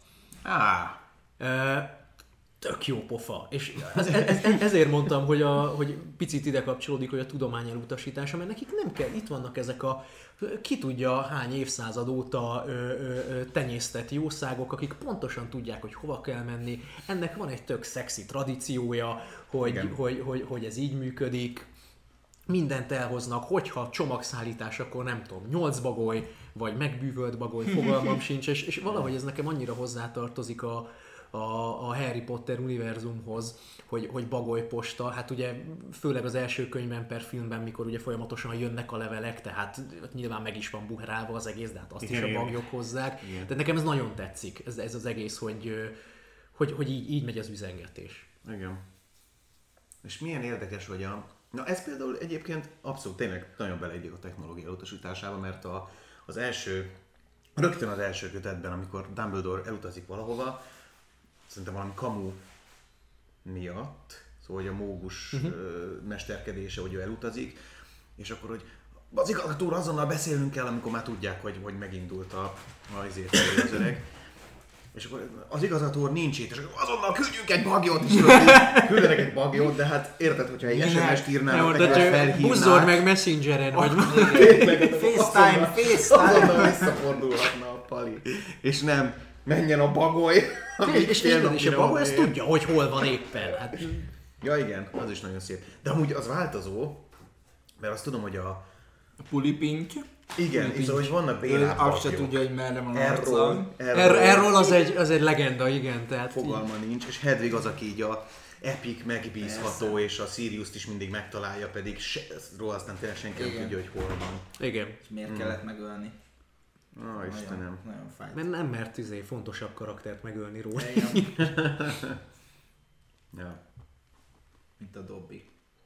Tök jó pofa. És ezért mondtam, hogy picit ide kapcsolódik, hogy a tudomány elutasítása, mert nekik nem kell, itt vannak ezek a ki tudja hány évszázad óta tenyésztett jószágok, akik pontosan tudják, hogy hova kell menni. Ennek van egy tök szexi tradíciója, hogy ez így működik. Mindent elhoznak, hogyha csomagszállítás, akkor nem tudom, 8 bagoly, vagy megbűvölt bagoly, fogalmam sincs, és valahogy ez nekem annyira hozzátartozik a Harry Potter univerzumhoz, hogy bagolyposta, hát ugye főleg az első könyvben per filmben, mikor ugye folyamatosan jönnek a levelek, tehát nyilván meg is van buhrálva az egész, de hát azt is a bagyok hozzák. Tehát nekem ez nagyon tetszik, ez az egész, hogy így megy az üzengetés. Igen. És milyen érdekes, hogy na ez például egyébként abszolút tényleg nagyon beleegyik a technológia utasításába, mert rögtön az első kötetben, amikor Dumbledore elutazik valahova, szerintem valami kamu miatt, szóval hogy a mógus mesterkedése, hogy ő elutazik, és akkor, hogy az igazgatóra azonnal beszélnünk kell, amikor már tudják, hogy megindult az öreg. És akkor az igazgató nincs itt, és akkor azonnal küldjünk egy bagyot, és küldenek egy bagyot, de hát érted, hogyha egy SMS-t írnának, meg felhívnák. Buzzord meg Messengeren, vagy FaceTime. Azonnal visszafordulhatna a pali. És nem, menjen a bagoly. És a bagoly ezt tudja, hogy hol van éppen. Hát. Ja igen, az is nagyon szép. De amúgy az változó, mert azt tudom, hogy a Pulipink. Igen, és hogy vannak bénát bagyok. Azt se tudja, hogy merre van arca. Erről az egy legenda, igen. Tehát fogalma nincs, és Hedwig az, aki így a Epic megbízható, és a Siriust is mindig megtalálja, pedig róla aztán tényleg senki nem tudja, hogy hol van. Igen. És miért kellett megölni? Istenem. Nagyon fájt. Mert nem mert fontosabb karaktert megölni róla. Ja. Mint a Dobby.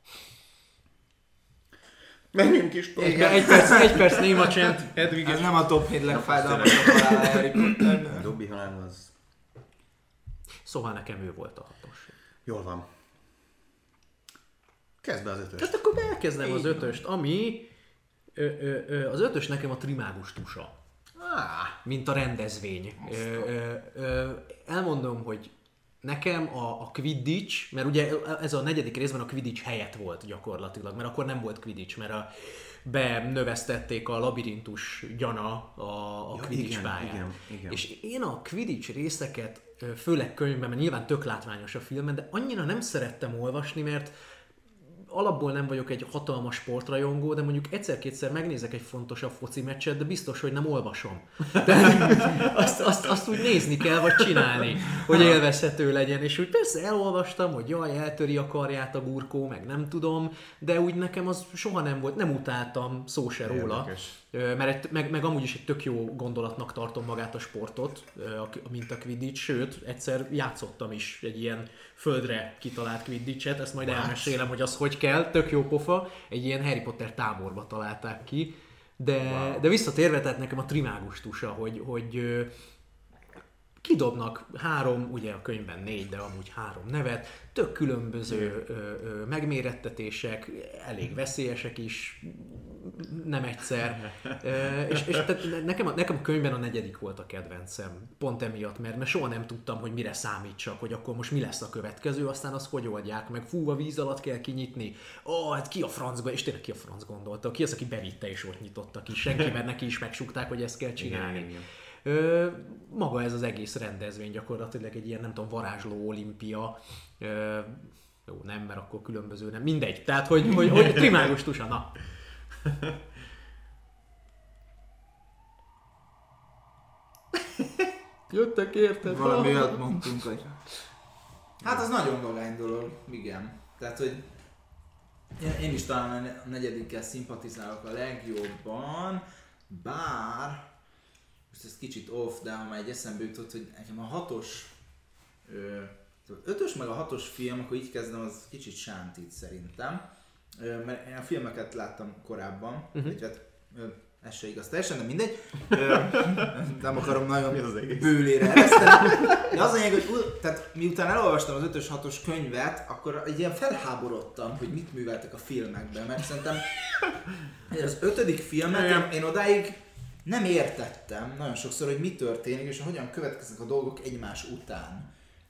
Menjünk is tovább. Egy perc néma csend. Ez nem a top 7 legfájdalmasabb halála Harry Potterben. Dobby halál az... Szóval nekem ő volt a 6-os. Jól van. Kezd be az 5-öst. Hát akkor elkezdem az 5-öst, ami... Az 5-ös nekem a Trimágus tusa. Mint a rendezvény. Elmondom, hogy nekem a Quidditch, mert ugye ez a 4. részben a Quidditch helyett volt gyakorlatilag, mert akkor nem volt Quidditch, mert benövesztették a labirintus gyana a Quidditch pályán. Igen. És én a Quidditch részeket, főleg könyvben, mert nyilván tök látványos a filmen, de annyira nem szerettem olvasni, mert alapból nem vagyok egy hatalmas sportrajongó, de mondjuk egyszer-kétszer megnézek egy fontosabb foci meccset, de biztos, hogy nem olvasom. Azt úgy nézni kell, vagy csinálni, hogy élvezhető legyen. És úgy persze elolvastam, hogy jaj, eltöri a karját a burkó, meg nem tudom, de úgy nekem az soha nem volt, nem utáltam szó se róla. Mert meg amúgy is egy tök jó gondolatnak tartom magát a sportot, mint a Quidditch, sőt, egyszer játszottam is egy ilyen földre kitalált Quidditchet, ezt majd elmesélem, hogy az hogy kell, tök jó pofa, egy ilyen Harry Potter táborba találták ki, de visszatérve, tehát nekem a Trimágus tusa, hogy kidobnak 3, ugye a könyvben 4, de amúgy 3 nevet, tök különböző megmérettetések, elég veszélyesek is, nem egyszer. És tehát nekem a könyvben a 4. volt a kedvencem. Pont emiatt, mert soha nem tudtam, hogy mire számítsak, hogy akkor most mi lesz a következő, aztán azt hogy oldják meg. Fú, a víz alatt kell kinyitni. Hát ki a francba, és tényleg ki a franc gondolta. Ki az, aki bevitte és ott nyitotta ki. Senki, mert neki is megsúgták, hogy ezt kell csinálni. Igen. Maga ez az egész rendezvény gyakorlatilag egy ilyen, nem tudom, varázsló olimpia. Jó, nem, mert akkor különböző, nem, mindegy. Tehát, hogy Trimágus Tusa, na. Jöttek, érted? Valami olyat mondtunk, hogy... Hát az nagyon vagány dolog, igen. Tehát, hogy én is talán a 4-kel szimpatizálok a legjobban, bár most ez kicsit off, de ha már egy eszembe jutott, hogy nekem a 6-os 5-ös meg a 6-os film, akkor így kezdem, az kicsit sántít szerintem. Mert én a filmeket láttam korábban, hát ez se igaz teljesen, de mindegy. Nem akarom nagyon bőlére ereszteni. De az a lényeg, hogy tehát, miután elolvastam az 5-ös 6-os könyvet, akkor egy ilyen felháborodtam, hogy mit műveltek a filmekben, mert szerintem az 5. filmet én odáig nem értettem nagyon sokszor, hogy mi történik és hogyan következnek a dolgok egymás után.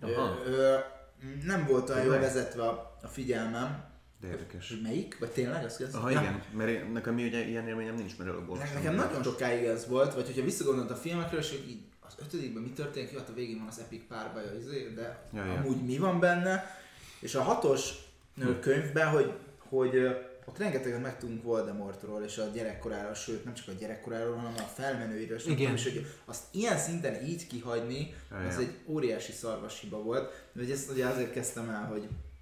Nem volt olyan jól vezetve a figyelmem. De érdekes. Hogy melyik? Vagy tényleg? Azt aha, igen, mert nekem ugye ilyen élményem nincs, mert elolvastam. Nekem nagyon sokáig ez volt, vagy hogyha visszagondolod a filmekről, és hogy így az 5-ben mi történik, jó, hát a végén van az epic párbaj, de amúgy mi van benne. És a 6-os könyvben, hogy ott rengeteget megtudunk Voldemortról és a gyerekkoráról, sőt nem csak a gyerekkoráról, hanem a felmenőiről, és hogy azt ilyen szinten így kihagyni, az egy óriási szarvashiba volt. De ezt ugye azért kezdtem el,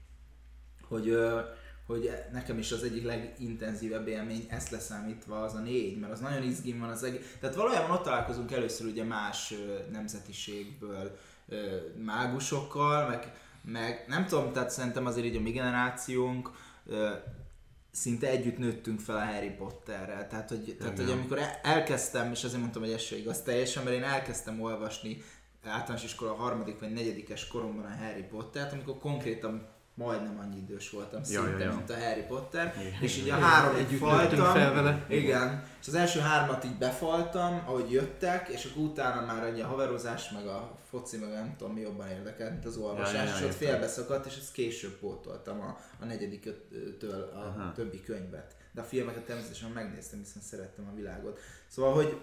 hogy nekem is az egyik legintenzívebb élmény, ezt leszámítva az a 4, mert az nagyon izgin van az egész. Tehát valójában ott találkozunk először ugye más nemzetiségből mágusokkal, meg nem tudom, tehát szerintem azért így a mi generációnk szinte együtt nőttünk fel a Harry Potterrel. Tehát, hogy amikor elkezdtem, és azért mondtam, hogy ez se igaz teljesen, mert én elkezdtem olvasni általános iskola 3. vagy 4. koromban a Harry Pottert, amikor konkrétan majdnem annyi idős voltam szinte, mint a Harry Potter, és így a 3 együtt faltam, vele. Igen, és az első 3-at így befaltam, ahogy jöttek, és akkor utána már a haverozás, meg a foci, meg nem tudom mi jobban érdekelt, mint az olvasás, és ott félbeszakadt, és ezt később pótoltam a 4-től a többi könyvet. De a filmeket természetesen megnéztem, hiszen szerettem a világot. Szóval,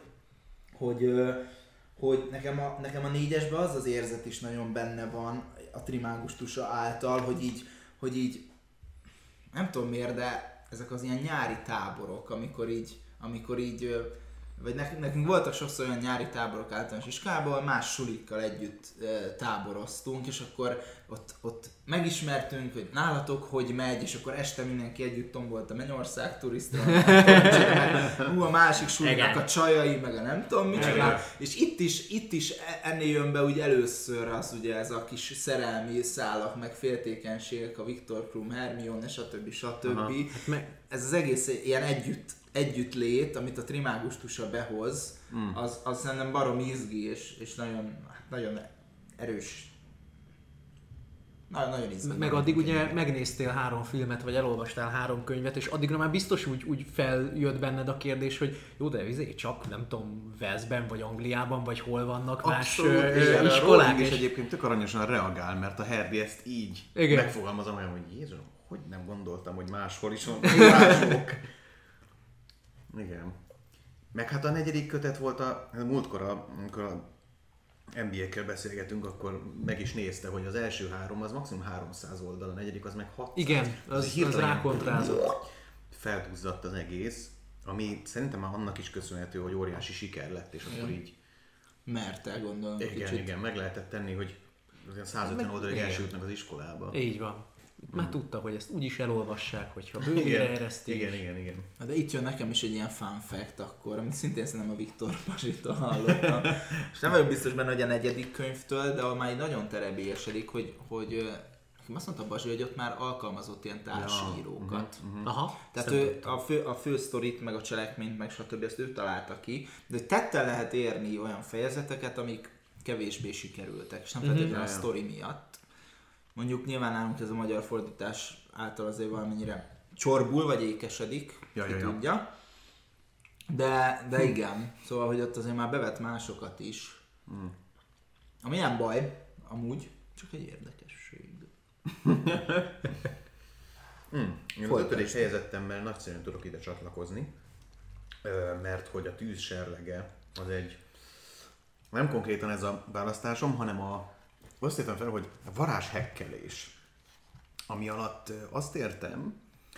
hogy nekem a 4-esben az érzet is nagyon benne van a Trimágus Tusa által, hogy így nem tudom miért, de ezek az ilyen nyári táborok, amikor így vagy nekünk voltak sokszor olyan nyári táborok általános iskolában, más sulikkal együtt táboroztunk, és akkor ott megismertünk, hogy nálatok hogy megy, és akkor este mindenki együtt tombolt a Mennyország turisztrán, a másik sulinak a csajai, meg a nem tudom micsoda, és itt is ennél jön be úgy először az ugye ez a kis szerelmi szálak, meg féltékenységek, a Viktor Krum, Hermione, stb. Ez az egész ilyen együttlét, amit a Trimágus Tusa behoz, az szerintem barom izgi, és nagyon erős. Nagyon izgi. Meg addig ugye megnéztél 3 filmet, vagy elolvastál 3 könyvet, és addigra már biztos úgy feljött benned a kérdés, hogy jó, de csak nem tudom, Walesben, vagy Angliában, vagy hol vannak abszolút, más iskolák. És egyébként tök aranyosan reagál, mert a Harry ezt így megfogalmazom olyan, hogy Jézusom, hogy nem gondoltam, hogy máshol is van mások. Igen. Meg hát a 4. kötet volt a múltkor, amikor a NBA-kkel beszélgetünk, akkor meg is nézte, hogy az első 3 az maximum 300 oldal, a 4. az meg 600. Igen, az rákontrázott. Felduzzadt az egész, ami szerintem már annak is köszönhető, hogy óriási siker lett, és akkor így... Mert elgondolom Igen, meg lehetett tenni, hogy 150 oldalig elsültnek az iskolába. Így van. Már tudta, hogy ezt úgyis elolvassák, hogyha bővére eresztik. Igen. De itt jön nekem is egy ilyen fun fact akkor, amit szintén szerintem a Viktor Pazsitól hallottam. És nem vagyok biztos benne, hogy a 4. könyvtől, de már nagyon terebélyesedik, hogy azt mondta Bazsi, hogy ott már alkalmazott ilyen társírókat. Aha. Tehát ő a fő sztorit, meg a cselekményt, meg stb. Ezt ő találta ki, de tettel lehet érni olyan fejezeteket, amik kevésbé sikerültek, és nem feltétlenül a sztori miatt. Mondjuk nyilván nálunk ez a magyar fordítás által azért valamennyire csorbul, vagy ékesedik, ki tudja. De igen, szóval, hogy ott azért már bevet másokat is. Ami nem baj, amúgy, csak egy érdekesség. Én az 5. helyezettemmel nagyszerűen tudok ide csatlakozni, mert hogy a tűz serlege az egy, nem konkrétan ez a választásom, hanem azt értem fel, hogy a varázshekkelés, ami alatt azt értem,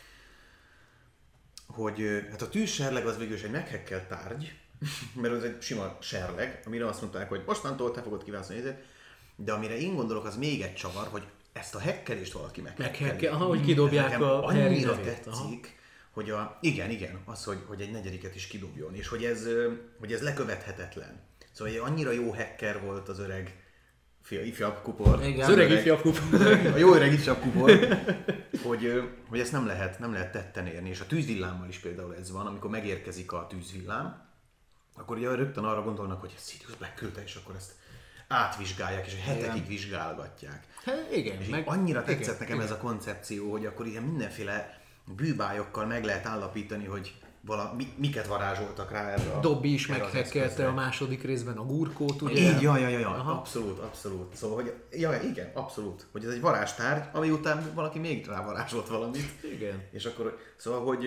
hogy hát a tűzserleg az végül is egy meghekkelt tárgy, mert ez egy sima serleg, amire azt mondták, hogy mostantól te fogod kiválasztani ezért, de amire én gondolok, az még egy csavar, hogy ezt a hekkelést valaki meghekkeli. Hogy kidobják a annyira tetszik, hogy igen, az, hogy egy negyediket is kidobjon, és hogy ez lekövethetetlen. Szóval annyira jó hacker volt az öreg ifjabb kupor. Igen. Az öreg ifjabb kupor. A jó öreg ifjabb kupor, hogy ezt nem lehet tetten érni. És a tűzvillámmal is például ez van, amikor megérkezik a tűzvillám, akkor ugye rögtön arra gondolnak, hogy Sirius Black küldte, és akkor ezt átvizsgálják, és hetekig vizsgálgatják. Hát igen. És annyira tetszett nekem ez a koncepció, hogy akkor ilyen mindenféle bűbályokkal meg lehet állapítani, hogy miket varázsoltak rá erre. Dobby is meghekkelte a második részben a gurkót, ugye? Abszolút. Szóval, hogy igen, abszolút. Hogy ez egy varázstárgy, ami után valaki még rávarázsolt valamit. Igen. És akkor, szóval, hogy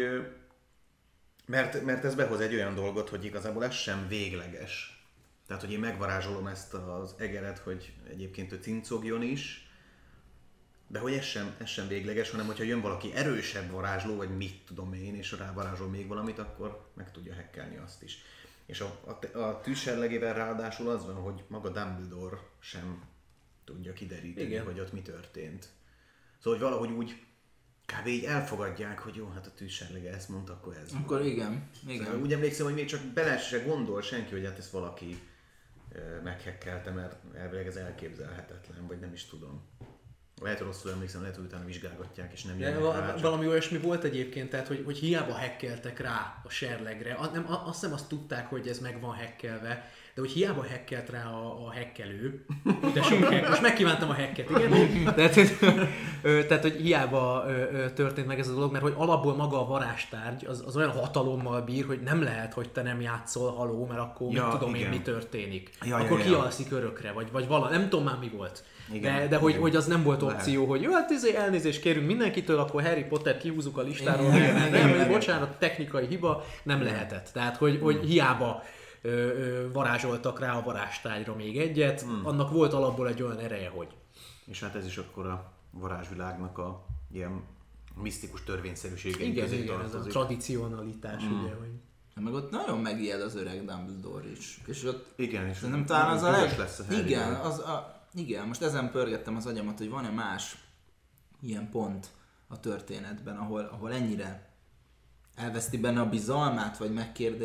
mert ez behoz egy olyan dolgot, hogy igazából ez sem végleges. Tehát, hogy én megvarázsolom ezt az egeret, hogy egyébként ő cincogjon is, de hogy ez sem végleges, hanem hogyha jön valaki erősebb varázsló, vagy mit tudom én, és rávarázsol még valamit, akkor meg tudja hekkelni azt is. És a tűzserlegével ráadásul az van, hogy maga Dumbledore sem tudja kideríteni, hogy ott mi történt. Szóval, hogy valahogy úgy kb. Így elfogadják, hogy jó, hát a tűzserlege ezt mondta, akkor ez. Akkor van. Igen. Szóval úgy emlékszem, hogy még csak bele se gondol senki, hogy hát ezt valaki meghekkelte, mert elvileg ez elképzelhetetlen, vagy nem is tudom. Lehet rosszul emlékszem, lehet, hogy utána vizsgálgatják, és nem jönnek rá. Valami olyasmi volt egyébként, tehát hogy hiába hekkeltek rá a serlegre. Azt hiszem azt tudták, hogy ez meg van hekkelve, de hogy hiába hekkelt rá a hekkelő. De sok hekk, most megkívántam a hekket, igen? Tehát, hogy hiába történt meg ez a dolog, mert hogy alapból maga a varázstárgy az olyan hatalommal bír, hogy nem lehet, hogy te nem játszol haló, mert akkor mit tudom én, mi történik. Akkor kialszik örökre, vagy valami, nem tudom már mi volt. Igen, de hogy az nem volt opció, hogy jó, hát elnézést kérünk mindenkitől, akkor Harry Potter kihúzzuk a listáról. Nem, bocsánat, technikai hiba, nem lehetett. Tehát, hogy hiába varázsoltak rá a varázstárgyra még egyet, annak volt alapból egy olyan ereje, hogy. És hát ez is akkor a varázsvilágnak a ilyen misztikus törvényszerűsége. Igen, ez a tradicionalitás, ugye, hogy... Meg ott nagyon megijed az öreg Dumbledore is. És ott igen, és nem talán az a lesz a igen, most ezen pörgettem az agyamat, hogy van-e más ilyen pont a történetben, ahol ennyire elveszti benne a bizalmát, vagy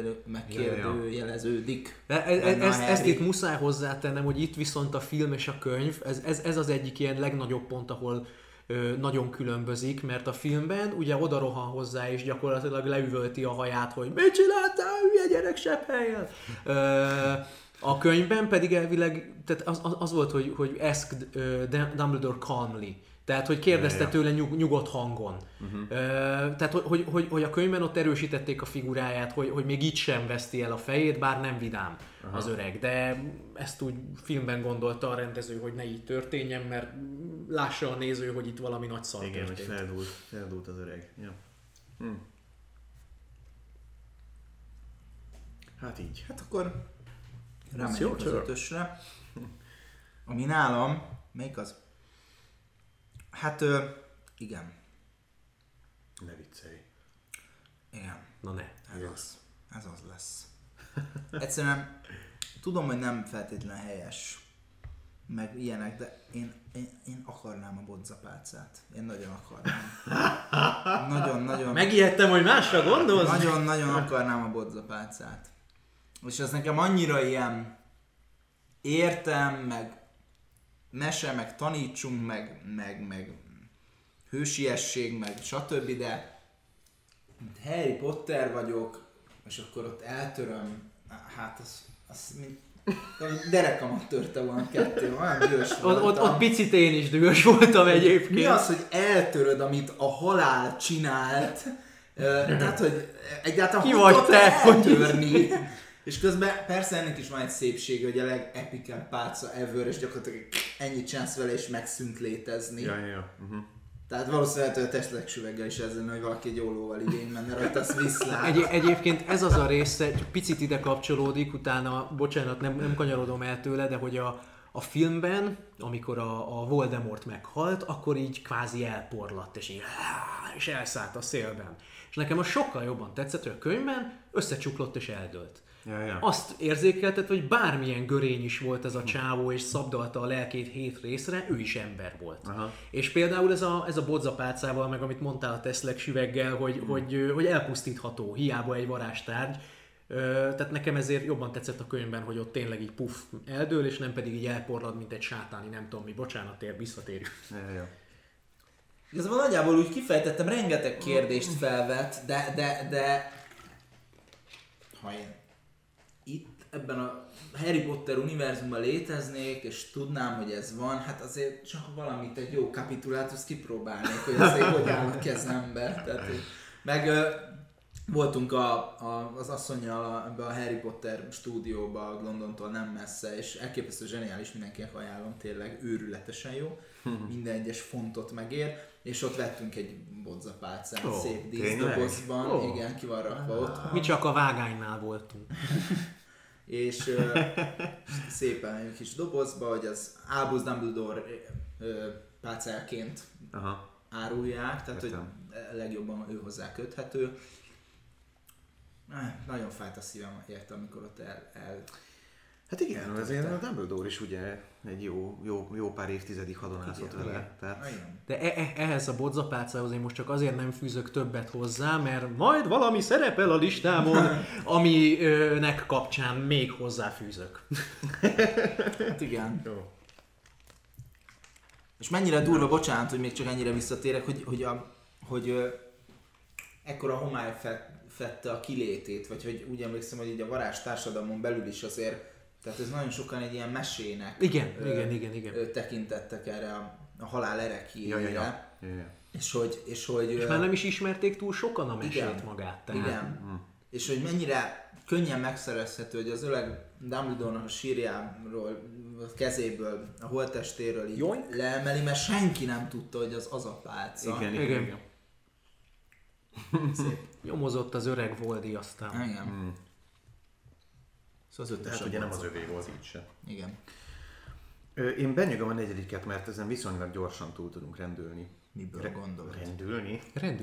megkérdőjeleződik. Ezt itt muszáj hozzátennem, hogy itt viszont a film és a könyv, ez az egyik ilyen legnagyobb pont, ahol nagyon különbözik, mert a filmben ugye oda rohan hozzá és gyakorlatilag leüvölti a haját, hogy mit csináltál, hülye gyerek sebb helyen? A könyvben pedig elvileg tehát az volt, hogy asked Dumbledore calmly. Tehát, hogy kérdezte tőle nyugodt hangon. Tehát, hogy a könyvben ott erősítették a figuráját, hogy még így sem veszti el a fejét, bár nem vidám az öreg. De ezt úgy filmben gondolta a rendező, hogy ne így történjen, mert lássa a néző, hogy itt valami nagy szar történt. Igen, hogy feldúlt az öreg. Ja. Hát így. Hát akkor rámegyünk az 5-ösre. Ami nálam, melyik az? Hát, igen. Ne viccelj. Igen. Na ne. Ez az lesz. Egyszerűen tudom, hogy nem feltétlenül helyes, meg ilyenek, de én akarnám a bodzapálcát. Én nagyon akarnám. Nagyon. Megijedtem, hogy másra gondolsz? Nagyon akarnám a bodzapálcát. És ez nekem annyira ilyen értem, meg mese, meg tanítsunk, meg hősiesség, meg stb. De Harry Potter vagyok, és akkor ott eltöröm, hát az mint derekamat törte volna kettő, olyan dühös voltam. Ott picit én is dühös voltam egyébként. Mi az, hogy eltöröd, amit a halál csinált Tehát, hogy egyáltalán ki vagy te, eltörni. És közben persze ennek is van egy szépsége, hogy a legepikebb pálca ever, és gyakorlatilag ennyit csinálsz vele, és megszűnt létezni. Ja. Tehát valószínűleg a testleg süveggel is ezzel, hogy valaki egy ólóval idén menne rajta, azt viszlát. Egyébként ez az a része, picit ide kapcsolódik, utána, bocsánat, nem kanyarodom el tőle, de hogy a filmben, amikor a Voldemort meghalt, akkor így kvázi elporlatt, és elszállt a szélben. És nekem az sokkal jobban tetszett, hogy a könyvben összecsuklott és eldőlt. Ja. Azt érzékeltet, hogy bármilyen görény is volt ez a csávó, és szabdalta a lelkét 7 részre, ő is ember volt. Aha. És például ez a bodzapálcával, meg amit mondtál a Teszlek süveggel, hogy elpusztítható, hiába egy varázstárgy. Tehát nekem ezért jobban tetszett a könyvben, hogy ott tényleg így puff eldől, és nem pedig így elporlad, mint egy sátáni, nem tudom mi, bocsánat, visszatérjük. Ja. Igazából nagyjából úgy kifejtettem, rengeteg kérdést felvet, de ha én itt ebben a Harry Potter univerzumban léteznék, és tudnám, hogy ez van, hát azért csak valamit, egy jó kapitulátus kipróbálnék, hogy azért hogy áll a kezembe. Tehát, meg voltunk az asszonnyal ebbe a Harry Potter stúdióba, Londontól nem messze, és elképesztő zseniális, mindenkinek ajánlom, tényleg őrületesen jó, minden egyes fontot megér, és ott vettünk egy bodzapálcát, szép díszdobozban, igen, ki van rakva ott. Mi csak a vágánynál voltunk. És szépen egy kis dobozba, hogy az Albus Dumbledore pálcájaként árulják, tehát hogy legjobban ő hozzá köthető. Nagyon fájt a szívem érte, amikor ott Hát igen, azért a Dumbledore is ugye egy jó pár évtizedig hadonászott vele. Tehát... De ehhez a bodzapálcához én most csak azért nem fűzök többet hozzá, mert majd valami szerepel a listámon, aminek kapcsán még hozzáfűzök. Hát igen. Jó. És mennyire durva, bocsánat, hogy még csak ennyire visszatérek, hogy ekkora homály fette a kilétét, vagy hogy úgy emlékszem, hogy így a varázs társadalmon belül is azért, tehát ez nagyon sokan egy ilyen mesének igen. tekintettek erre a halál erekjére. Ja. És hogy már nem is ismerték túl sokan a mesét magát. Tehát. Igen. És hogy mennyire könnyen megszerezhető, hogy az öreg Dumbledore-nak a sírjáról, a kezéből, a holttestéről így leemeli, mert senki nem tudta, hogy az a pálca. Igen. Szép. Nyomozott az öreg Voldy aztán. Igen. Szóval az tehát ugye nem az övé volt így se. Igen. Én benyögöm a 4-et, mert ezen viszonylag gyorsan túl tudunk rendülni. Miből gondolod? Rendülni?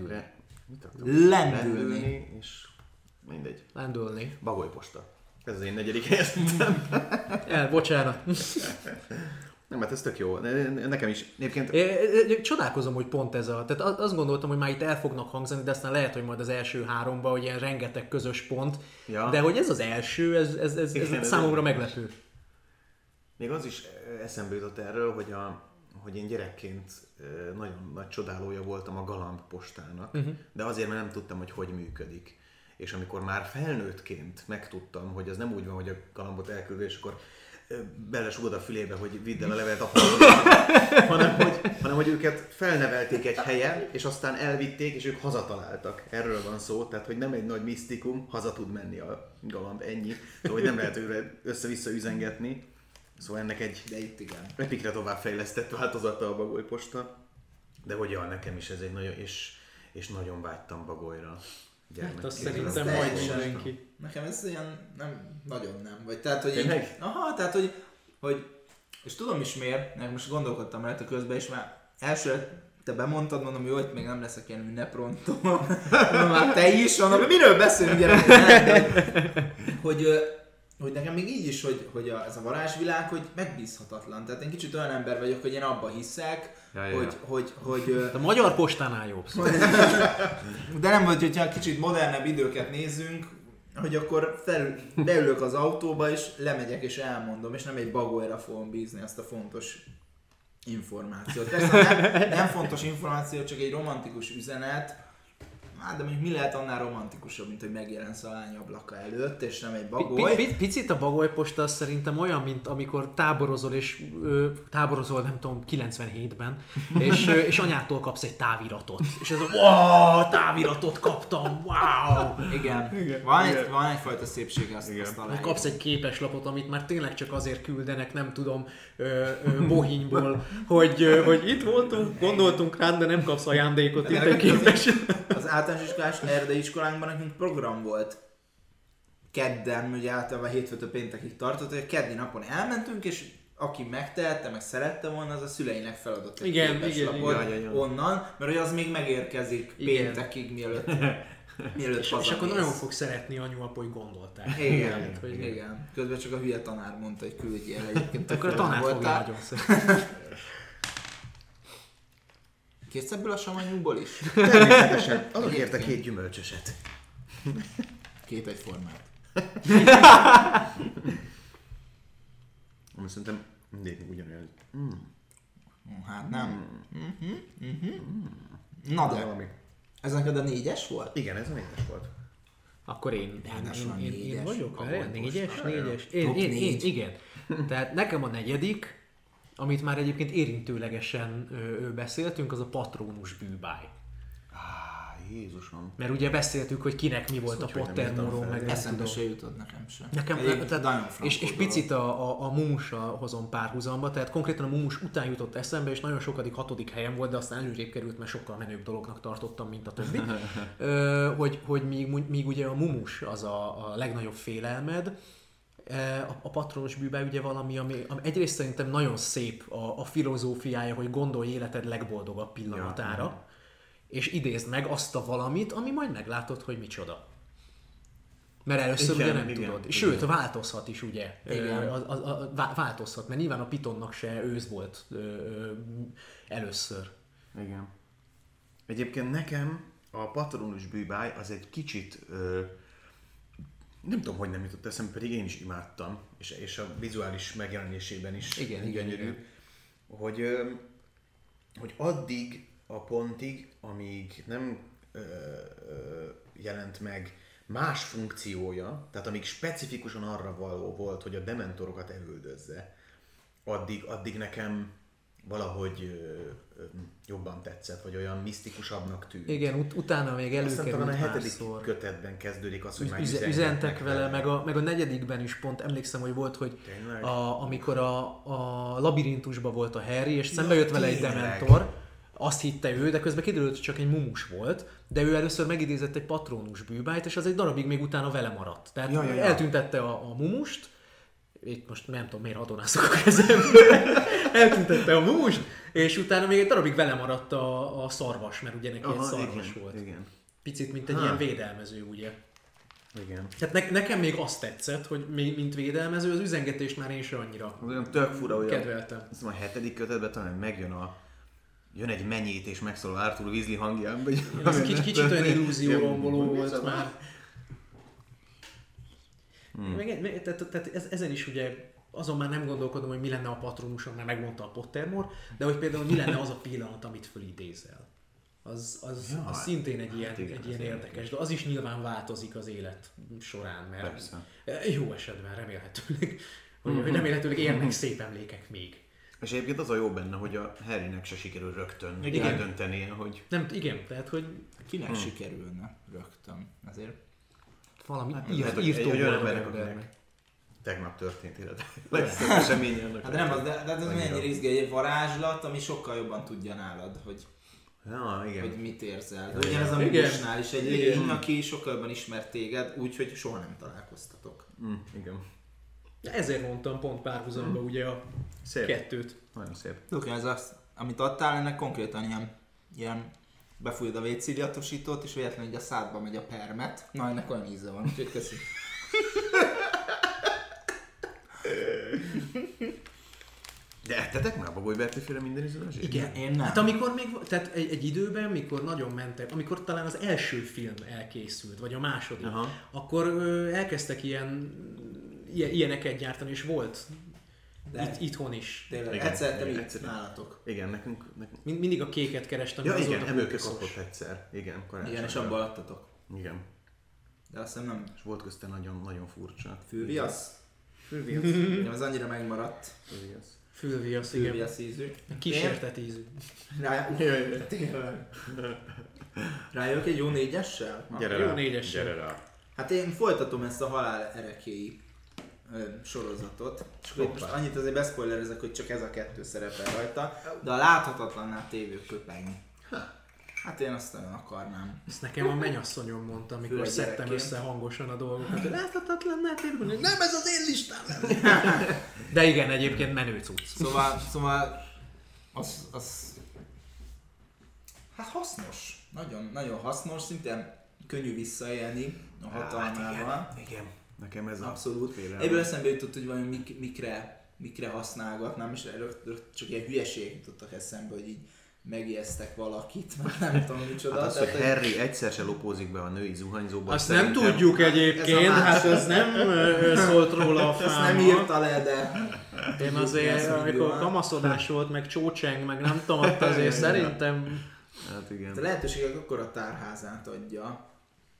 Lendülni. És mindegy. Lendülni. Bagolyposta. Ez az én 4. helyezettem. Bocsánat. Nem, hát ez tök jó. Nekem is. Egyébként... Csodálkozom, hogy pont ez a... Tehát azt gondoltam, hogy már itt el fognak hangzani, de aztán lehet, hogy majd az első 3-ban, hogy ilyen rengeteg közös pont. Ja. De hogy ez az első, ez számomra meglepő. Még az is eszembe jutott erről, hogy én gyerekként nagyon nagy csodálója voltam a galambpostának, de azért, mert nem tudtam, hogy működik. És amikor már felnőttként megtudtam, hogy ez nem úgy van, hogy a galambot elküldő, és akkor belesugod a fülébe, hogy vidd el a levelet hanem hogy őket felnevelték egy helyen, és aztán elvitték, és ők hazataláltak. Erről van szó, tehát hogy nem egy nagy misztikum, haza tud menni a galamb, ennyi. Szóval, hogy nem lehet őre össze-vissza üzengetni. Szóval ennek egy epikre továbbfejlesztett változata a bagolyposta. De hogy nekem is ez egy nagyon, és nagyon vágytam bagolyra. Hát azt szerintem majd mindenki. Nekem ez ilyen nagyon nem. Vagy tehát, hogy így, tehát, hogy és tudom is miért, mert most gondolkodtam rajta közben, és már első te bemondtad, mondom, hogy jó, még nem leszek ilyen ünneprontó. Már te is, mondom, hogy miről beszélünk, gyerekek? Hogy nekem még így is, hogy ez a varázsvilág, hogy megbízhatatlan. Tehát én kicsit olyan ember vagyok, hogy én abba hiszek, hogy a magyar postánál jobb szó. De nem vagy, hogyha kicsit modernebb időket nézzünk, hogy akkor beülök az autóba, és lemegyek és elmondom, és nem egy bagolyra fogom bízni azt a fontos információt. Persze nem fontos információ, csak egy romantikus üzenet. Hát, de mondjuk mi lehet annál romantikusabb, mint hogy megjelensz a lány ablaka előtt, és nem egy bagoly. Picit a bagolyposta az szerintem olyan, mint amikor táborozol, és táborozol, nem tudom, 97-ben, és anyától kapsz egy táviratot. És ez a wow, táviratot kaptam, wow! Igen. Van egyfajta szépség, azt aláírni. Kapsz egy képeslapot, amit már tényleg csak azért küldenek, nem tudom, Bohínyból, hogy itt voltunk, gondoltunk rád, de nem kapsz ajándékot, itt egy képes. Az általános iskolás erdei iskolánkban nekünk program volt kedden, ugye általában hétfőtől péntekig tartott, hogy a keddi napon elmentünk, és aki megtehette, meg szerette volna, az a szüleinek feladott egy képeslapot onnan, mert hogy az még megérkezik péntekig, mielőtt és akkor nagyon fog szeretni anyu-apu, hogy gondolták. Igen. Közben csak a hülye tanár mondta, hogy küldjél egyébként. Akkor a tanár fogja nagyon szeretni. Kész ebből a savanyúból is? Természetesen. Adok érte 2 gyümölcsöset. 2 egyformát. Szerintem mindig ugyanolyan. Hát nem. Na de, ez neked a 4-es volt? Igen, ez a 4-es volt. Akkor én vagyok? 4-es? Én, igen. Tehát nekem a 4., amit már egyébként érintőlegesen beszéltünk, az a patronus bűbáj. Jézusom. Mert ugye beszéltük, hogy kinek mi volt a Pottermore-ról, meg eszembe se jutott nekem sem. Nekem és picit a Mumussal hozom párhuzamba, tehát konkrétan a Mumus után jutott eszembe, és nagyon sokadik 6. helyen volt, de aztán előrébb került, mert sokkal menőbb dolognak tartottam, mint a többi. hogy míg ugye a Mumus az a legnagyobb félelmed, a patronus bűbáj ugye valami, ami egyrészt szerintem nagyon szép a filozófiája, hogy gondolj életed legboldogabb pillanatára, és idézd meg azt a valamit, ami majd meglátod, hogy micsoda. Mert először ugye nem tudod. Sőt, változhat is ugye. Változhat, mert nyilván a Pitonnak se ősz volt először. Igen. Egyébként nekem a patronus bűbáj az egy kicsit... nem tudom, hogy nem jutott eszembe, pedig én is imádtam, és a vizuális megjelenésében is gyönyörű, hogy addig a pontig, amíg nem jelent meg más funkciója, tehát amíg specifikusan arra való volt, hogy a dementorokat elüldözze, addig nekem valahogy jobban tetszett, vagy olyan misztikusabbnak tűnt. Igen, utána még előkerült a 7. másszor. kötetben kezdődik az, hogy már üzentek vele, meg a 4. is pont emlékszem, hogy volt, hogy amikor a labirintusban volt a Harry, és szembe jött vele egy dementor, azt hitte ő, de közben kiderült, hogy csak egy mumus volt, de ő először megidézett egy patronus bűbájt, és az egy darabig még utána vele maradt. Tehát eltüntette a mumust, itt most nem tudom miért hadonászok a kezemből, eltüntette a mumust, és utána még egy darabig vele maradt a szarvas, mert ugye neki egy szarvas volt. Igen. Picit, mint egy ilyen védelmező, ugye. Igen. Tehát nekem még azt tetszett, hogy mint védelmező, az üzengetést már én sem annyira tök fura, kedveltem. Azt mondom, a 7. kötetben talán jön egy mennyét és megszólal Arthur Weasley hangján. Ez kicsit olyan illúzióromboló volt már. Tehát ezen is ugye azon már nem gondolkodom, hogy mi lenne a patronuson, mert megmondta a Pottermore, de hogy például mi lenne az a pillanat, amit fölidézel. Az szintén egy ilyen érdekes, de az is nyilván változik az élet során, mert persze. Jó esetben remélhetőleg, hogy remélhetőleg érnek szép emlékek még. És egyébként az a jó benne, hogy a Harrynek se sikerül rögtön eldöntenie, hogy... Nem, igen, tehát hogy... Kinek sikerülne rögtön, azért... Valami írtó embernek. Tegnap történt életben. Legszebb eseményen. Hát nem az, de ez mennyire izgi, egy varázslat, ami sokkal jobban tudja nálad, hogy mit érzel. De ugyanez a Mugusnál is egy lény, aki sokkal jobban ismert téged, úgyhogy soha nem találkoztatok. Igen. Ezért mondtam pont párhuzamba ugye a kettőt. Nagyon szép. Oké, ez az, amit adtál, ennek konkrétan ilyen befújod a vécéliatosítót, és véletlenül így a szádba megy a permet. Na, ennek olyan íze van, úgyhogy köszi. De ettetek már Bagoly Bertiféle minden izolásért? Igen, én nem. Hát amikor még, tehát egy időben, mikor nagyon mentek, amikor talán az első film elkészült, vagy a második, akkor elkezdtek ilyeneket gyártani, és volt Itthon is. Tényleg, egyszer itt nálatok. Igen, nekünk... Mindig a kéket kerestem. Ja, igen, emőke kapott egyszer. Igen, igen, és abban adtatok. Igen. De azt hiszem nem... És volt közte nagyon furcsa. Fülviasz? Igen, az annyira megmaradt. Fülviasz, igen. Fülviasz ízű. Kísértet ízű. Rájövök egy jó 4-essel? Jó 4-essel. Gyere rá. Hát én folytatom ezt a halál erekéi sorozatot. És most annyit azért beszpoilerezek, hogy csak ez a 2 szerepel rajta. De a láthatatlanná tévő köpeny. Hát én azt nagyon akarnám. Ezt nekem a mennyasszonyom mondta, amikor szedtem össze hangosan a dolgokat, hogy láthatatlanná tévő, nem ez az én listám! De igen, egyébként menő cucc. Szóval az hát hasznos. Nagyon, nagyon hasznos, szinte könnyű visszaélni a hatalmával. Igen. Nekem ez abszolút. Ebből eszembe jutott, hogy vajon mikre használgatnám, és csak ilyen hülyeségek jutottak eszembe, hogy így megijesztek valakit, mert nem tudom micsoda. Hát az, hogy Harry egyszer se lopózik be a női zuhanyzóba. Azt nem tudjuk egyébként, hát ez nem szólt róla a fáma. Ezt nem írta le, de... Én azért, amikor kamaszodás volt, meg csócseng, meg nem tudom, ott azért szerintem... Hát igen. A lehetőségek akkor a tárházát adja.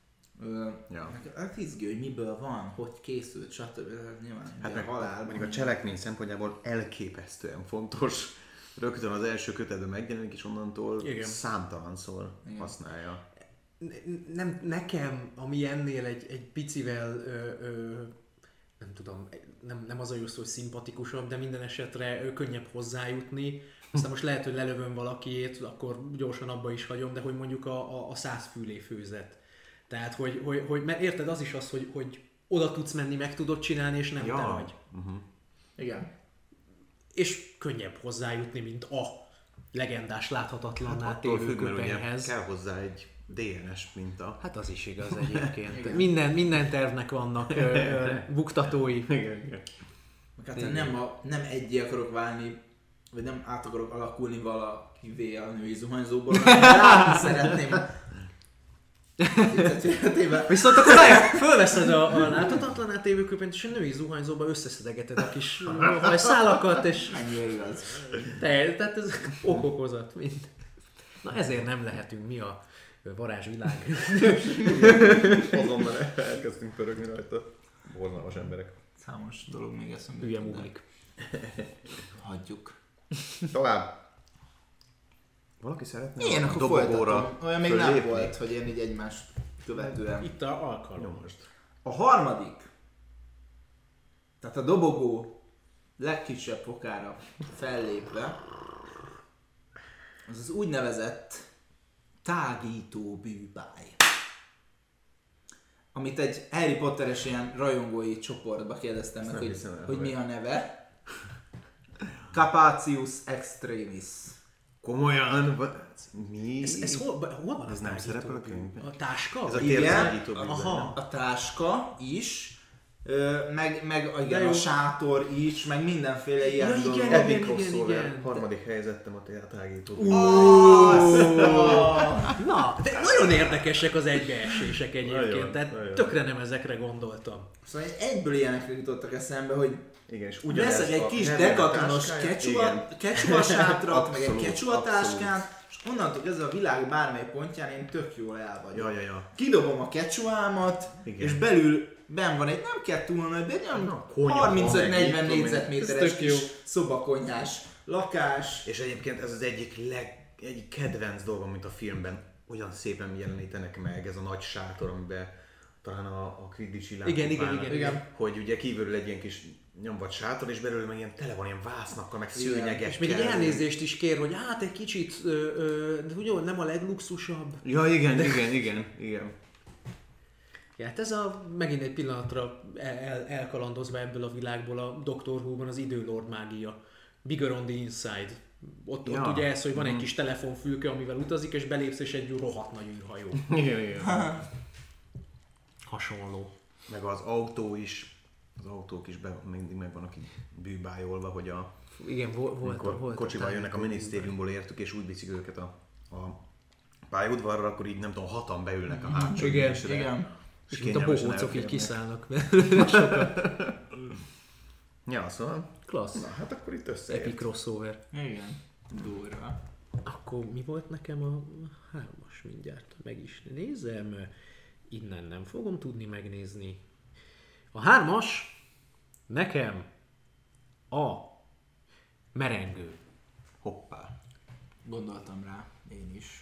Hát izgi, hogy miből van, hogy készült, stb. Nyilván hát meg halál. Mondjuk a cselekmény szempontjából elképesztően fontos. Rögtön az első kötetben megjelenik, és onnantól számtalanszor használja. Nekem, ami ennél egy picivel, nem tudom, nem az a jó szó, hogy szimpatikusabb, de minden esetre könnyebb hozzájutni. Aztán most lehet, hogy lelövöm valakiét, akkor gyorsan abba is hagyom, de hogy mondjuk a 100 fülé főzet. Tehát, hogy mert érted, az is az, hogy oda tudsz menni, meg tudod csinálni, és nem te vagy. Igen. És könnyebb hozzájutni, mint a legendás láthatatlanná tévő köpenyhez. Kell hozzá egy DNS minta. Hát az is igaz egyébként. minden tervnek vannak buktatói. Igen. Hát nem egyé akarok válni, vagy nem át akarok alakulni valakivé a női zuhanyzóból, látni szeretném. Viszont akkor fölveszed a láthatatlanná tévő köpenyt, és a női zuhanyzóba összeszedegeted a kis hajszálakat, és... Ennyi igaz. Tehát ez okokozat mind. Na ezért nem lehetünk mi a varázsvilág. Azonnal elkezdtünk pörögni rajta. Borzalmas emberek. Számos dolog még eszembe. Hülye múlik. Hagyjuk. Tovább. Valaki szeretne én akkor folytatom. Olyan még nem volt, hogy én így egymást követően. Itt a alkalom most. A harmadik, tehát a dobogó legkisebb fokára fellépve, az az úgynevezett tágító bűbáj. Amit egy Harry Potteres ilyen rajongói csoportba kérdeztem meg, hogy mi a neve. Capatius Extremis. Komolyan? Mi? Ez hol van? Ez nem szerepel a könyvben? A táska? Ez a igen, aha. A táska is, meg a sátor is, meg mindenféle ilyen dolog. Epic crossover, harmadik helyzettem a tágító. Na, de nagyon érdekesek az egybeesések egyébként, tehát tökre nem ezekre gondoltam. Szóval egyből ilyenekre jutottak eszembe, hogy igen, és veszek egy kis dekatonos kecsua sátrat, meg egy kecsua táskát, és onnantól kezdve a világ bármely pontján én tök jól el vagyok. Kidobom a kecsuámat, és belül benn van egy nem kell túl nagy, de egy 35-40 négyzetméteres kis szobakonyhás lakás. És egyébként ez az egyik kedvenc dolgom, mint a filmben, olyan szépen jelenítenek meg ez a nagy sátor, amiben talán a Quidditch-i lámpának, igen. hogy ugye kívülről egy ilyen kis nyomvat sátor, és belőle meg ilyen tele van ilyen vásznakkal, meg szőnyegekkel. És még egy elnézést is kér, hogy hát egy kicsit, de ugye nem a legluxusabb. Ja, igen. Ja, hát ez megint egy pillanatra elkalandozva ebből a világból a Doctor Who-ban az időlord mágia. Bigger on the inside. Ott ugye ez, hogy van egy kis telefonfülke, amivel utazik, és belépsz, és egy rohadt nagy űrhajó. Igen. Hasonló. Meg az autó is. Az autók is mindig meg vannak bűbájolva, hogy igen, volt kocsival jönnek a minisztériumból értük, és úgy viszik őket a pályaudvarra, akkor így nem tudom, 6-an beülnek a hátsó ülésre. Igen. És mint a bohócok így kiszállnak. Ja, szóval. Klassz. Na, hát akkor itt összeért. Epic crossover. Igen, durva. Akkor mi volt nekem a 3-as, mindjárt meg is nézem. Innen nem fogom tudni megnézni. A 3-as nekem a merengő. Hoppá. Gondoltam rá, én is.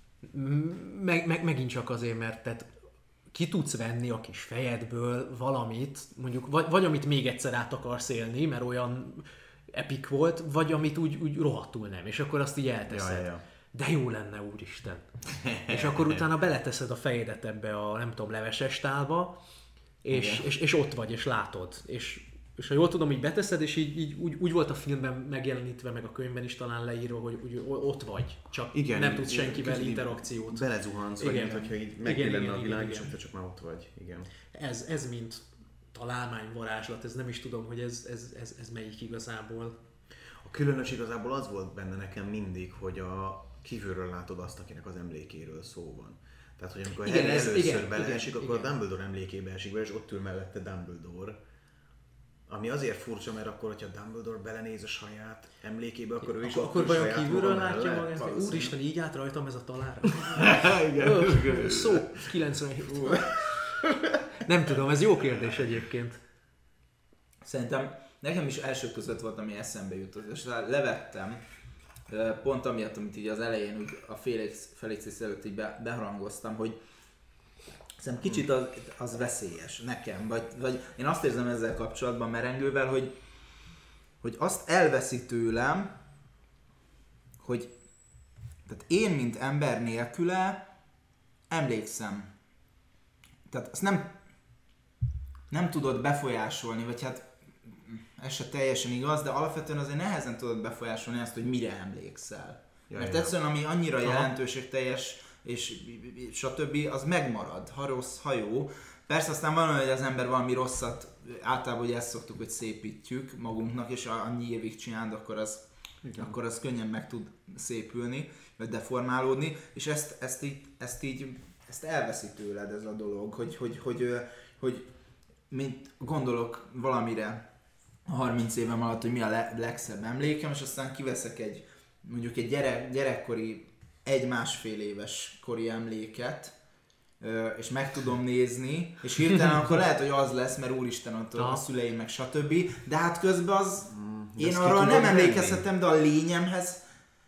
Megint csak azért, mert tehát ki tudsz venni a kis fejedből valamit, mondjuk, vagy amit még egyszer át akarsz élni, mert olyan epic volt, vagy amit úgy rohadtul nem, és akkor azt így elteszed. Ja. De jó lenne, úristen. És akkor utána beleteszed a fejedet ebbe a, nem tudom, leveses tálba, és ott vagy, és látod. És ha jól tudom, így beteszed, és így úgy volt a filmben megjelenítve, meg a könyvben is talán leírva, hogy ott vagy, csak igen, nem tudsz senkivel interakciót. Belezuhansz, vagy mint hogyha így megjelenne a világ, és akkor csak már ott vagy. Igen. Ez mint találmányvarázslat, ez nem is tudom, hogy ez melyik igazából. A különös igazából az volt benne nekem mindig, hogy a kívülről látod azt, akinek az emlékéről szó van. Tehát, hogy amikor Harry először beleesik, akkor a Dumbledore emlékébe esik be, és ott ül mellette Dumbledore. Ami azért furcsa, mert akkor, hogyha Dumbledore belenéz a saját emlékébe, akkor ő is akkor vajon kívülről látja magát? Úristen, így át rajtam ez a találra. Igen. Szó 97. Nem tudom, ez jó kérdés egyébként. Szerintem nekem is első között volt, ami eszembe jutott, és levettem, pont amiatt, amit így az elején úgy a Félix előtt így beharangoztam, hogy szerintem kicsit az veszélyes nekem, vagy én azt érzem ezzel kapcsolatban merengővel, hogy azt elveszi tőlem, hogy tehát én, mint ember nélküle emlékszem. Tehát azt nem tudod befolyásolni, vagy hát ez se teljesen igaz, de alapvetően azért nehezen tudod befolyásolni azt, hogy mire emlékszel. Mert egyszerűen ami annyira jelentőségteljes, és stb. Az megmarad, ha rossz, ha jó. Persze aztán van olyan, hogy az ember valami rosszat, általában ugye ezt szoktuk, hogy szépítjük magunknak, és annyi évig csinálod, akkor az könnyen meg tud szépülni, vagy deformálódni, és ezt elveszi tőled ez a dolog, hogy mint gondolok valamire a 30 évem alatt, hogy mi a legszebb emlékem, és aztán kiveszek mondjuk egy gyerekkori 1-1,5 éves kori emléket, és meg tudom nézni, és hirtelen akkor lehet, hogy az lesz, mert úristen, ott a szüleim meg stb. De hát közben én arra nem emlékezhetem, de a lényemhez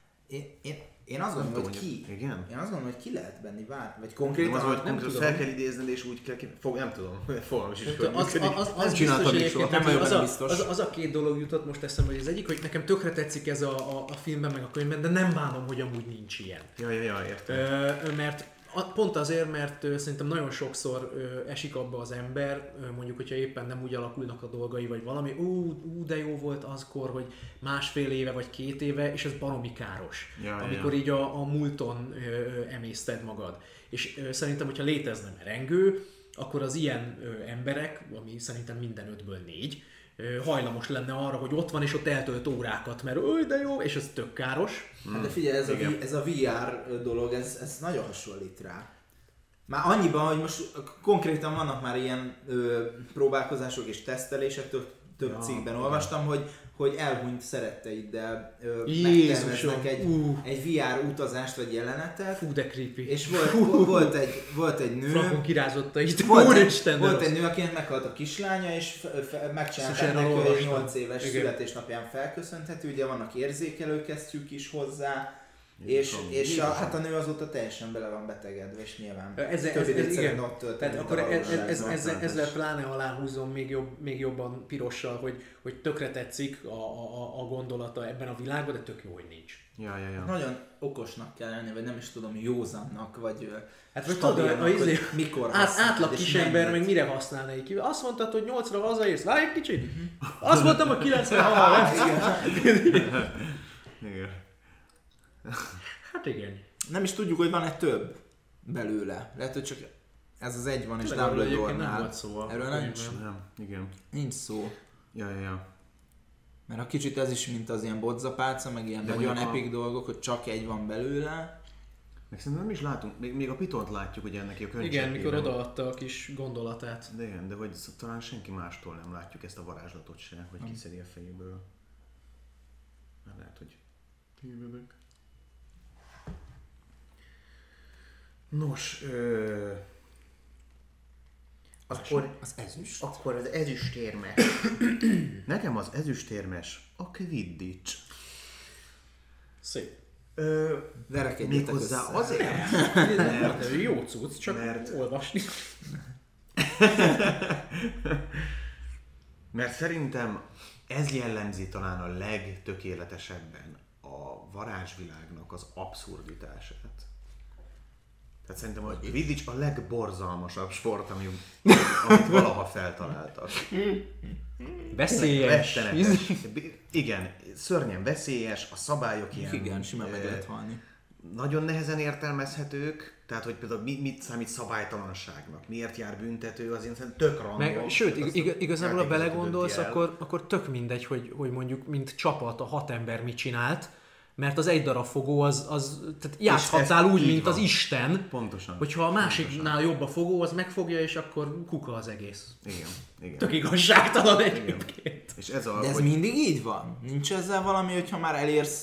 én azt gondolom, hogy ki. Igen? Én azt gondolom, hogy ki lehet benni vagy konkrétan. Nem tudom. Fel kell idézned, és úgy kell nem tudom, fogalmas is az csináltam is soha. Az a két dolog jutott most eszembe, hogy az egyik, hogy nekem tökre tetszik ez a filmben, meg a könyvben, de nem bánom, hogy amúgy nincs ilyen. Ja, értem. Mert pont azért, mert szerintem nagyon sokszor esik abba az ember, mondjuk, hogyha éppen nem úgy alakulnak a dolgai, vagy valami, de jó volt azkor, hogy 1,5 éve, vagy 2 éve, és ez baromi káros. Amikor így a múlton emészted magad. És szerintem, hogyha létezne merengő, akkor az ilyen emberek, ami szerintem minden 5-ből 4, hajlamos lenne arra, hogy ott van és ott eltölt órákat, mert de jó, és ez tök káros. Hát de figyelj, ez a VR dolog, ez nagyon hasonlít rá. Már annyiban, hogy most konkrétan vannak már ilyen próbálkozások és tesztelések, több cikkben olvastam, hogy elhunyt szeretteiddel megterveznek egy VR utazást vagy jelenetet. Fú, de creepy. És volt egy nő. Frankon kirázotta itt. Volt egy nő, akinek meghalt a kislánya, és megcsinálták neki, hogy 8 éves születésnapján felköszönhető. Ugye vannak érzékelőkesztyűk is hozzá. És a nő azóta teljesen bele van betegedve, és nyilván több időt szeretne ott tölteni. Tehát akkor ezzel pláne aláhúzom még jobban pirossal, hogy tökre tetszik a gondolata ebben a világban, de tök jó, hogy nincs. Ja. Nagyon okosnak kell lenni, vagy nem is tudom, józannak, vagy stabilnak, hogy mikor átlag kisember meg mire használna ki. Azt mondtad, hogy 8-ra hazaérsz, várj egy kicsit! Azt mondtam, hogy 90-ra. Igen. Hát igen. Nem is tudjuk, hogy van-e több belőle. Lehet, hogy csak ez az egy van, és Dumbledore-nál. Nem volt szó. Erről nincs. Nem, igen. Nincs szó. Ja. Mert a kicsit ez is, mint az ilyen bodzapálca, meg ilyen nagyon epic dolgok, hogy csak egy van belőle. Meg szerintem nem is látunk, még a Pitont látjuk, ugye neki a könyvcseppében. Igen, mikor odaadta a kis gondolatát. De igen, de hogy talán senki mástól nem látjuk ezt a varázslatot se, hogy kiszedi a fejéből. Már lehet, hogy tévedek. Nos, akkor az ezüst. Akkor az ezüstérmes. Nekem az ezüstérmes a Quidditch. Szép. Méghozzá azért, mert jó cucc, csak olvasni. Mert szerintem ez jellemzi talán a legtökéletesebben a varázsvilágnak az abszurditását. Tehát szerintem a Quidditch a legborzalmasabb sport, amit valaha feltaláltak. Veszélyes. Igen, szörnyen veszélyes, a szabályok ilyen... Igen, simán meg lehet halni. Nagyon nehezen értelmezhetők, tehát hogy például mit számít szabálytalanságnak, miért jár büntető, az én tök random. Sőt, igazából ha belegondolsz, akkor tök mindegy, hogy mondjuk mint csapat a 6 ember mit csinált, mert az egy darab fogó az tehát játszhatnál úgy, mint van. Az Isten. Pontosan. Hogyha a másiknál jobb a fogó, az megfogja, és akkor kuka az egész. Igen. Tök igazságtalan egyébként. És de ez mindig így van? Nincs ezzel valami, hogyha már elérsz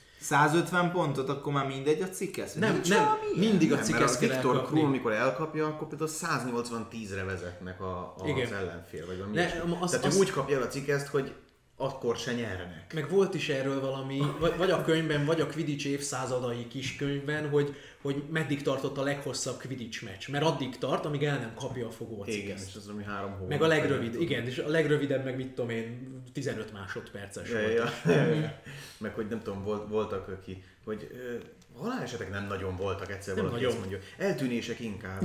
150 pontot, akkor már mindegy a cikkesz? Nem, mindig a cikkesz kell elkapni. Viktor Krum, amikor elkapja, akkor például 180-10-re vezetnek az ellenfél, vagy valami. Tehát úgy kapja el a cikkeszt, hogy akkor se nyernek. Meg volt is erről valami, vagy a könyvben, vagy a Quidditch évszázadai kiskönyvben, hogy meddig tartott a leghosszabb Quidditch meccs. Mert addig tart, amíg el nem kapja a fogó a cikkeszt. Igen, és az ami 3 hónap. Meg a legrövid, igen, és a legrövidebb meg mit tudom én, 15 másodperces volt. Meg hogy nem tudom, voltak hogy halálesetek nem nagyon voltak egyszer, nem valaki nagyon. azt mondja, eltűnések inkább,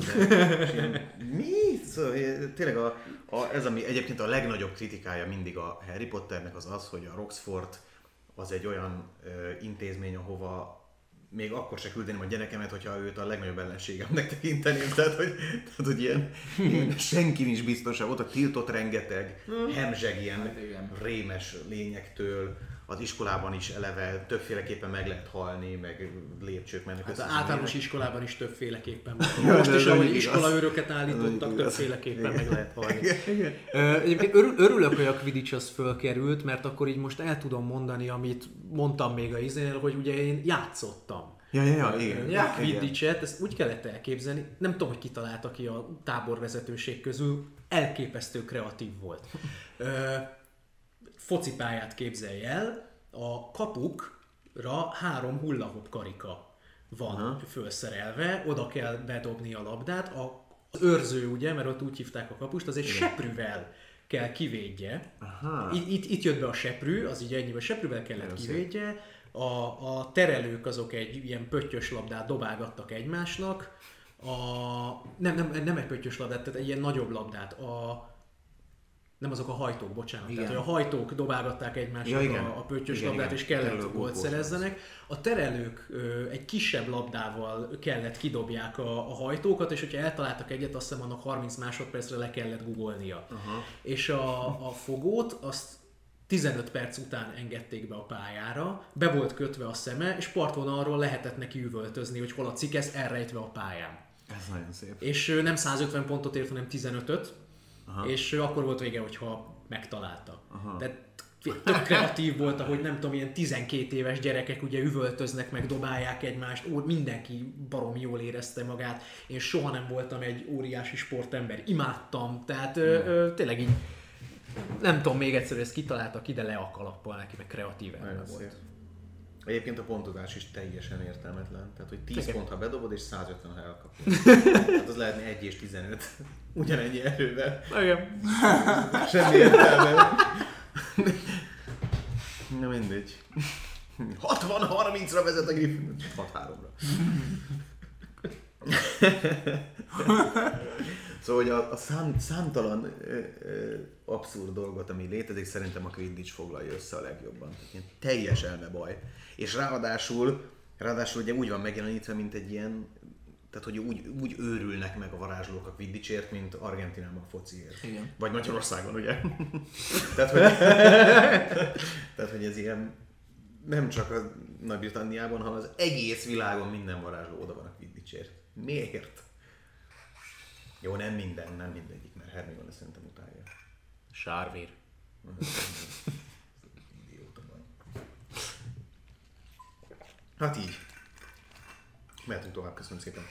de mi? Szóval, tényleg ez, ami egyébként a legnagyobb kritikája mindig a Harry Potternek az, hogy a Roxford az egy olyan intézmény, ahova még akkor se küldeném a gyerekemet, hogyha őt a legnagyobb ellenségemnek tekinteném, tehát hogy ilyen senki nincs biztonság, ott tiltott rengeteg hemzseg ilyen rémes lényektől, az iskolában is eleve többféleképpen meg lehet halni, meg lépcsők mennek össze. Hát általános iskolában is többféleképpen meg. Most is, ahogy iskolaőröket állítottak, többféleképpen meg lehet halni. Egyébként örülök, hogy a Quidditch az fölkerült, mert akkor így most el tudom mondani, amit mondtam még a izénél, hogy ugye én játszottam. Igen. Quidditch-et, ezt úgy kellett elképzelni, nem tudom, hogy ki találta ki a táborvezetőség közül, elképesztő kreatív volt. Focipályát képzelj el, a kapukra 3 hullahop karika van fölszerelve, oda kell bedobni a labdát, az őrző ugye, mert ott úgy hívták a kapust, az egy seprűvel kell kivédje. Itt jött be a seprű, az így ennyivel seprűvel kellett kivédje, a terelők azok egy ilyen pöttyös labdát dobálgattak egymásnak, nem egy pöttyös labdát, tehát egy ilyen nagyobb labdát, nem azok a hajtók, bocsánat. Igen. Tehát, hogy a hajtók dobálgatták egymásnak a pöttyös labdát, és kellett gólt szerezzenek. A terelők egy kisebb labdával kellett kidobják a hajtókat, és hogyha eltaláltak egyet, azt hiszem annak 30 másodpercre le kellett googolnia. És a fogót azt 15 perc után engedték be a pályára, be volt kötve a szeme, és partvonalról lehetett neki üvöltözni, hogy hol a cikkesz, elrejtve a pályán. Ez nagyon szép. És nem 150 pontot ért, hanem 15-öt. És akkor volt vége, hogyha megtalálta. De tök kreatív volt, ahogy nem tudom, ilyen 12 éves gyerekek ugye üvöltöznek, meg dobálják egymást, mindenki baromi jól érezte magát. Én soha nem voltam egy óriási sportember, imádtam, tehát tényleg így, nem tudom még egyszer, hogy ezt kitaláltak ide le a kalappal neki, meg kreatív ember volt. Egyébként a pontozás is teljesen értelmetlen. Tehát, hogy 10 pont, ha bedobod, és 150, ha elkapod. Tehát az lehetne 1 és 15. Ugyanennyi erővel. Igen. Semmi értelme. Na mindegy. 60-30-ra vezet a Griffin. 6-3-ra. Szóval, hogy a számtalan abszurd dolgot, ami létezik, szerintem a Quidditch foglalja össze a legjobban. Ilyen teljes elmebaj. És ráadásul ugye úgy van megjelenítve, mint egy ilyen, tehát hogy úgy őrülnek meg a varázslók a Quidditchért, mint Argentinában a fociért. Igen. Vagy Magyarországon, ugye? tehát, hogy ez ilyen nem csak a Nagy-Britanniában, hanem az egész világon minden varázsló oda van a Quidditchért. Miért? Jó, nem mindegyik, mert Hermione szerintem utálja. Sárvér. Idióta vagy. Hát így. Mehetünk tovább, köszönöm szépen.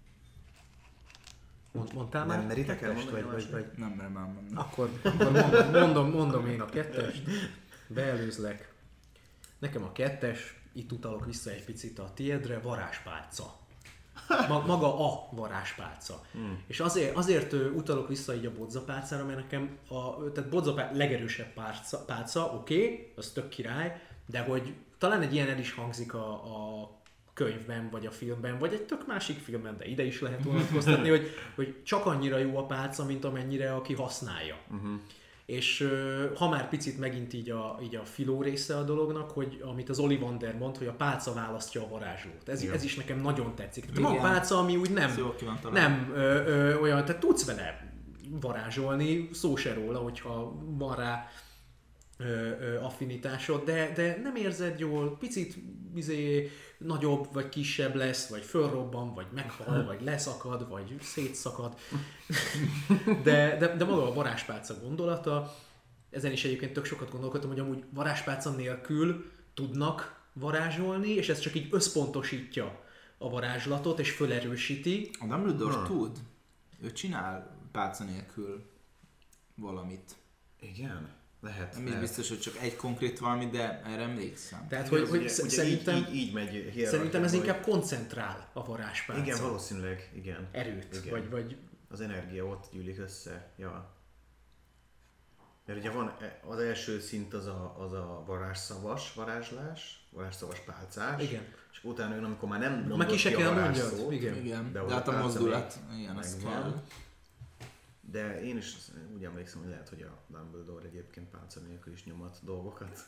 Mondtál már? Nem meritek el mondani? Vagy... Nem merem elmondani. Akkor mondom én a 2-est. Beelőzlek. Nekem a 2-es, itt utalok vissza egy picit a tiédre, varázspálca. Maga a varázspálca. És azért utalok vissza így a bodzapálcára, mert nekem tehát bodzapálca legerősebb pálca, oké, az tök király, de hogy talán egy ilyen el is hangzik a könyvben, vagy a filmben, vagy egy tök másik filmben, de ide is lehet vonatkoztatni, hogy csak annyira jó a pálca, mint amennyire aki használja. És ha már picit megint így a filó része a dolognak, hogy amit az Ollivander mond, hogy a pálca választja a varázslót. Ez is nekem nagyon tetszik. Van pálca, ami úgy nem olyan, tehát tudsz vele varázsolni, szó se róla, hogyha van rá affinitásod, de nem érzed jól, picit nagyobb vagy kisebb lesz, vagy fölrobban, vagy meghal, vagy leszakad, vagy szétszakad. De maga a varázspálca gondolata, ezen is egyébként tök sokat gondolkodtam, hogy amúgy varázspálca nélkül tudnak varázsolni, és ez csak így összpontosítja a varázslatot, és fölerősíti. A Dumbledore tud. Ő csinál pálca nélkül valamit. Igen. Lehet. Nem is biztos, hogy csak egy konkrét valami, de erre emlékszem. Tehát, hogy szerintem, így megy szerintem ez inkább koncentrál a varázspálca. Igen, valószínűleg, igen. Erőt, igen. Vagy... Az energia ott gyűlik össze, ja. Mert ugye van az első szint az a varázsszavas varázslás, varázsszavas pálcás. Igen. És utána, amikor már nem mondod ki a varázsszót. Igen. De hát a mozdulat, igen, az kell. De én is úgy emlékszem, hogy lehet, hogy a Dumbledore egyébként pálca nélkül is nyomat dolgokat.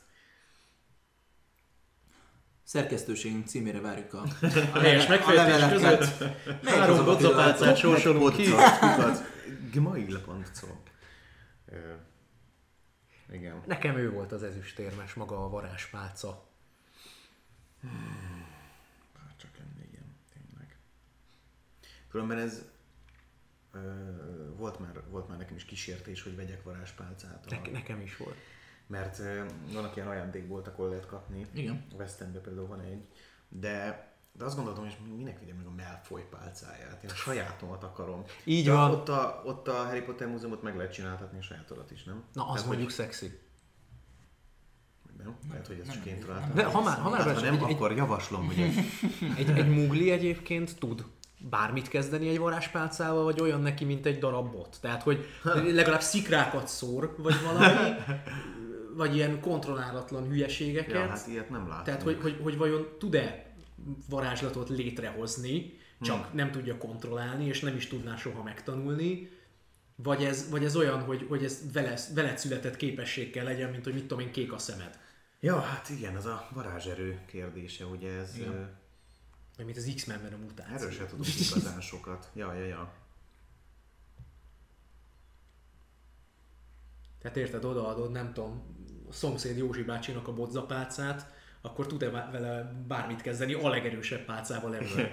Szerkesztőségünk címére várjuk a helyes megfejtés között. 3 bodzapálcát sorsolunk ki. Gmail.com. Igen. Nekem ő volt az ezüstérmes, maga a varázspálca. Csak lenne, igen, tényleg. Különben ez volt már nekem is kísértés, hogy vegyek varázspálcát. Nekem is volt. Mert vannak ilyen ajándékboltok, ahol lehet kapni. Igen. West Endben például van egy. De azt gondoltam, hogy minek vigyem meg a Malfoy pálcáját. Én a sajátomat akarom. Így van. Ott a Harry Potter múzeumot meg lehet csináltatni a sajátodat is, nem? Na, az mondjuk szexi. Nem? Lehet, hogy ezt csak én találtam. De ha már nem, akkor javaslom, hogy egy mugli egyébként tud bármit kezdeni egy varázspálcával, vagy olyan neki, mint egy darab bot. Tehát, hogy legalább szikrákat szór, vagy valami, vagy ilyen kontrollálatlan hülyeségeket. Ja, hát ilyet nem látom. Tehát, hogy vajon tud-e varázslatot létrehozni, csak nem tudja kontrollálni, és nem is tudná soha megtanulni, vagy ez olyan, hogy ez veled született képesség kell legyen, mint hogy mit tudom én, kék a szemed. Ja, hát igen, ez a varázserő kérdése, ugye ez... Vagy mint az X-Menben a mutáció. Erről se tudunk igazán sokat. Ja. Tehát érted, odaadod, nem tudom, a szomszéd Józsi bácsinak a bodzapálcát, akkor tud-e vele bármit kezdeni a legerősebb pálcával ebből?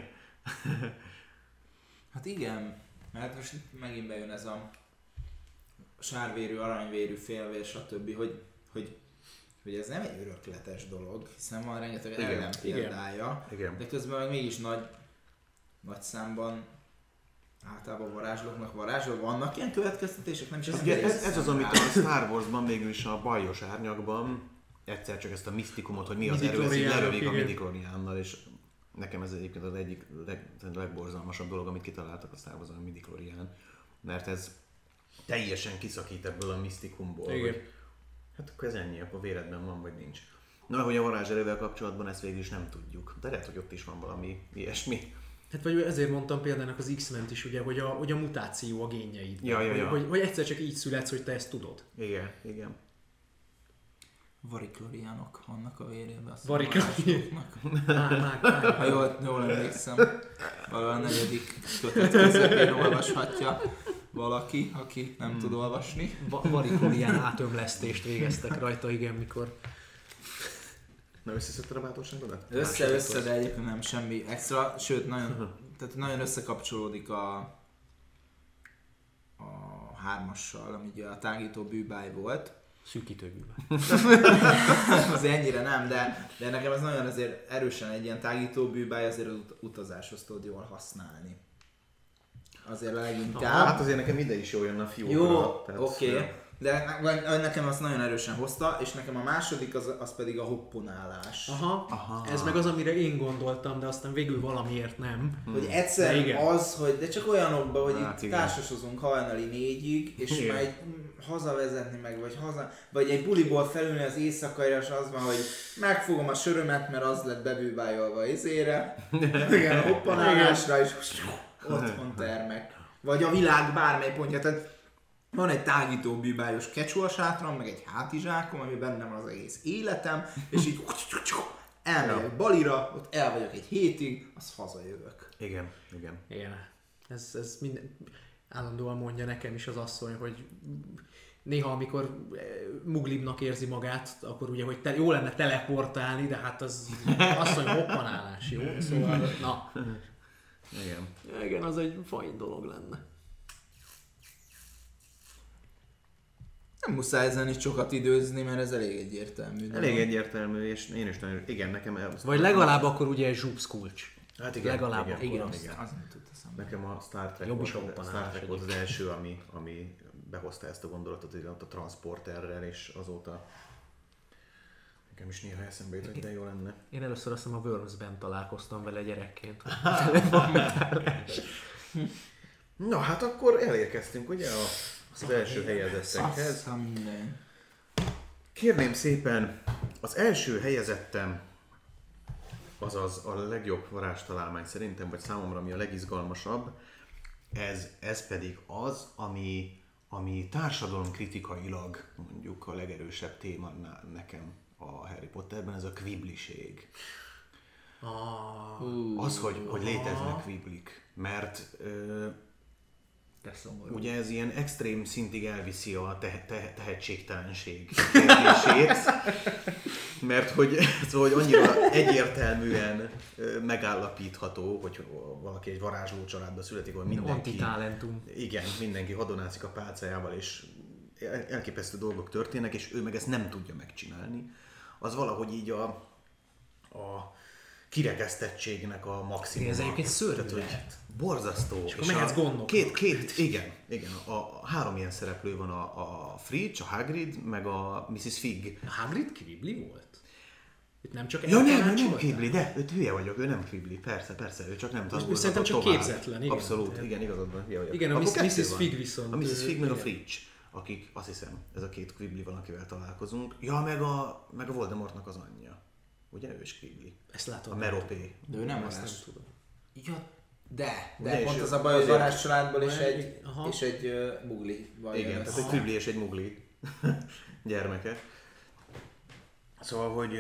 Hát igen, mert most megint bejön ez a sárvérű, aranyvérű, félvér, stb., hogy ez nem egy örökletes dolog, hiszen van rengeteg ellenpéldája, de közben meg mégis nagy számban általában varázslóknak varázsol. Vannak ilyen következtetések? Nem is ez az, amit a Star Warsban végül is a bajos árnyakban egyszer csak ezt a misztikumot, hogy mi az erő, ezt lerövik a midichloriánnal, és nekem ez egyébként az egyik legborzalmasabb dolog, amit kitaláltak a Star Wars, a midichlorián, mert ez teljesen kiszakít ebből a misztikumból. Hogy, hát akkor ez ennyi, akkor véredben van, vagy nincs. Na, hogy a varázserővel kapcsolatban ezt végül is nem tudjuk, de lehet, hogy ott is van valami ilyesmi. Hát vagy ezért mondtam például az X-Men-t is, ugye, hogy a mutáció a génjeidben. Ja. Hogy egyszer csak így születsz, hogy te ezt tudod. Igen. Varikloriánok vannak a vérében. Varikloriánok. Ha jól emlékszem, valahol a 4. kötet közepén olvashatja valaki, aki nem tud olvasni. Variklorián átömlesztést végeztek rajta, igen, mikor... Na összeszedted a bátorságodat? Össze, de egyébként nem semmi extra, sőt nagyon összekapcsolódik a 3-assal, ami ugye a tágító bűbáj volt. Szűkítő bűbáj. Azért ennyire nem, de nekem ez nagyon azért erősen egy ilyen tágító bűbáj, azért az utazáshoz tudod jól használni. Azért leginkább. Hát azért nekem ide is jól jön a fiókra. Jó, oké. De nekem azt nagyon erősen hozta, és nekem a második az pedig a hopponálás. Aha. Ez meg az, amire én gondoltam, de aztán végül valamiért nem. Hogy egyszer az, hogy de csak olyanokban, hogy itt társasozunk hajnali 4-ig, és már egy hazavezetni meg, vagy egy buliból felülni az éjszakaira, és az van, hogy megfogom a sörömet, mert az lett bebűbájolva izére. Igen, a hoppanálásra, és otthon termek. Vagy a világ bármely pontja. Tehát van egy tágító bűbájos kecsúasátram, meg egy hátizsákom, ami bennem van az egész életem, és így elmegyek Balira, ott el vagyok egy hétig, az hazajövök. Igen. Ez minden, állandóan mondja nekem is az asszony, hogy néha amikor muglibbnak érzi magát, akkor ugye, hogy jó lenne teleportálni, de hát az asszony hoppanálás, jó? Szóval, na. Igen, az egy fajn dolog lenne. Nem muszáj ezen is sokat időzni, mert ez elég egyértelmű. Elég egyértelmű, és én is nagyon, igen, nekem elhoztam. Vagy legalább akkor ugye egy zsúpszkulcs. Hát igen, legalább, igen. Az nem tudta szemben. Nekem a Star Trek volt az első, ami behozta ezt a gondolatot, hogy a transporterrel, és azóta nekem is néha eszembe jut, hogy de jó lenne. Én először azt hiszem a Worms-ben találkoztam vele gyerekként. Na hát akkor elérkeztünk ugye az első helyezettekhez. Kérném szépen, az első helyezettem, azaz a legjobb varázstalálmány szerintem, vagy számomra ami a legizgalmasabb, ez pedig az, ami társadalomkritikailag mondjuk a legerősebb téma nekem a Harry Potterben, ez a quibbliség. Az, hogy léteznek quibblik, mert ugye ez ilyen extrém szintig elviszi a tehetségtelenség kérdését, mert hogy annyira egyértelműen megállapítható, hogy valaki egy varázsló családba születik, hogy mindenki hadonászik a pálcájával, és elképesztő dolgok történnek, és ő meg ezt nem tudja megcsinálni. Az valahogy így a kirekesztettségnek a maximum. Ez egyébként szörnyű lehet. Borzasztó. És akkor mehetsz gondnoknak. Igen. A 3 ilyen szereplő van, a Filch, a Hagrid, meg a Mrs. Fig. A Hagrid Quibbly volt? Itt nem csak nem Quibbly, de őt hülye vagyok, ő nem Quibbly, persze, ő csak nem tanulta. Szerintem csak tovább. Képzetlen, igen. Abszolút, igen, igazad van, hülye vagyok. Igen, a Mrs. Fig viszont. A Mrs. Fig meg a Filch, akik azt hiszem, ez a 2 Quibbly van, akivel találkozunk. Ja, meg a Voldemortnak az anyja. Ugye ő is Quibbly. Ezt látom. A Meropé. De ő nem azt nem tudom. Ja, de pont az a baj, hogy varázs családból és egy mugli. Igen, tehát egy Quibbly és egy mugli gyermeke. Szóval, hogy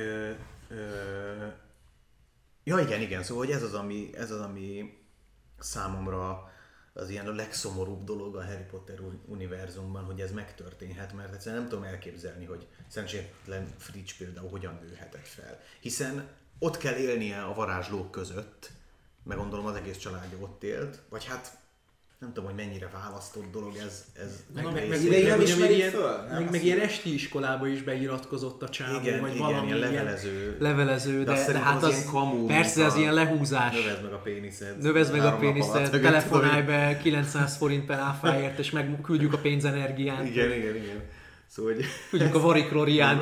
ja igen, szóval hogy ez az, ami számomra az ilyen a legszomorúbb dolog a Harry Potter univerzumban, hogy ez megtörténhet, mert egyszerűen nem tudom elképzelni, hogy szerencsétlen Filch például hogyan nőhetett fel. Hiszen ott kell élnie a varázslók között, meg gondolom az egész családja ott élt, vagy hát nem tudom, hogy mennyire választott dolog ez. Meg ideig nem ismerik föl? Meg ilyen esti iskolába is beiratkozott a csávó, vagy valami ilyen levelező, de hát az persze az ilyen lehúzás. Növeszd meg a péniszed, telefonálj be 900 forint per áfáért, és megküldjük a pénzenergiát. Igen. Szóval, hogy... Küldjük a varikloriánt,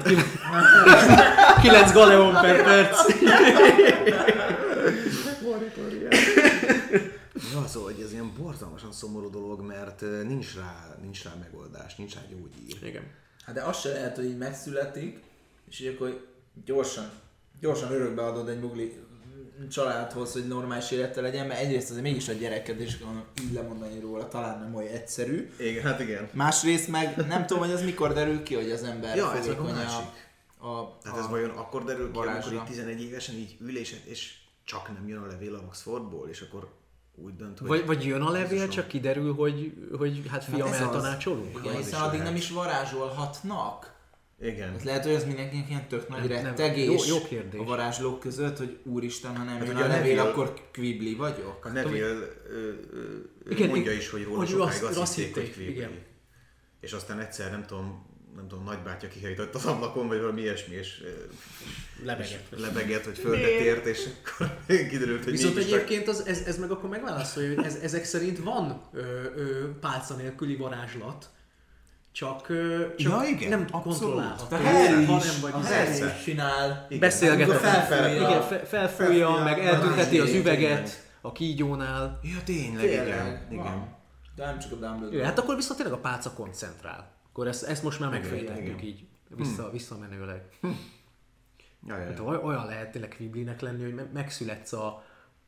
9 galeon per perc. Ja, szóval hogy ez ilyen borzalmasan szomorú dolog, mert nincs rá megoldás, nincs rá gyógyír. Igen. Hát de az se lehet, hogy így megszületik, és így akkor gyorsan örökbe adod egy mugli családhoz, hogy normális élete legyen, mert egyrészt azért mégis a gyereked, és így lemondani róla talán nem olyan egyszerű. Igen, hát igen. Másrészt meg nem tudom, hogy az mikor derül ki, hogy az ember folyékony tehát ez vajon akkor derül ki, amikor így 11 évesen így ül, és csak nem jön a levél a Oxfordból, és akkor úgy dönt, hogy... Vagy jön a levél, csak kiderül, hogy hát fiam, eltanácsolunk. Igen, hiszen addig nem is varázsolhatnak. Igen. Ez lehet, hogy ez mindenkinek ilyen tök nagy rettegés jó kérdés. A varázslók között, hogy úristen, ha nem jön a Neville, akkor Quibbly vagyok. A Neville mondja is, hogy róla sokáig azt hitték, hogy Quibbly. És aztán egyszer, nem tudom, nagybátyja kihajtott az ablakon, vagy valami ilyesmi, és lebegett, vagy földet ért, és akkor kiderült, hogy viszont egyébként ez meg akkor megválaszolja, hogy ezek szerint van pálca nélküli varázslat, csak nem kontrollálható. Harry is csinál. Beszélget felfújja, meg eltünteti az üveget a kígyónál. Ja, tényleg, igen. De nem csak a Dumbledore. Hát akkor viszont tényleg a pálca koncentrál. Akkor ezt most már megfejtettük így visszamenőleg. Hát, olyan lehet tényleg Quibblynek lenni, hogy megszületsz a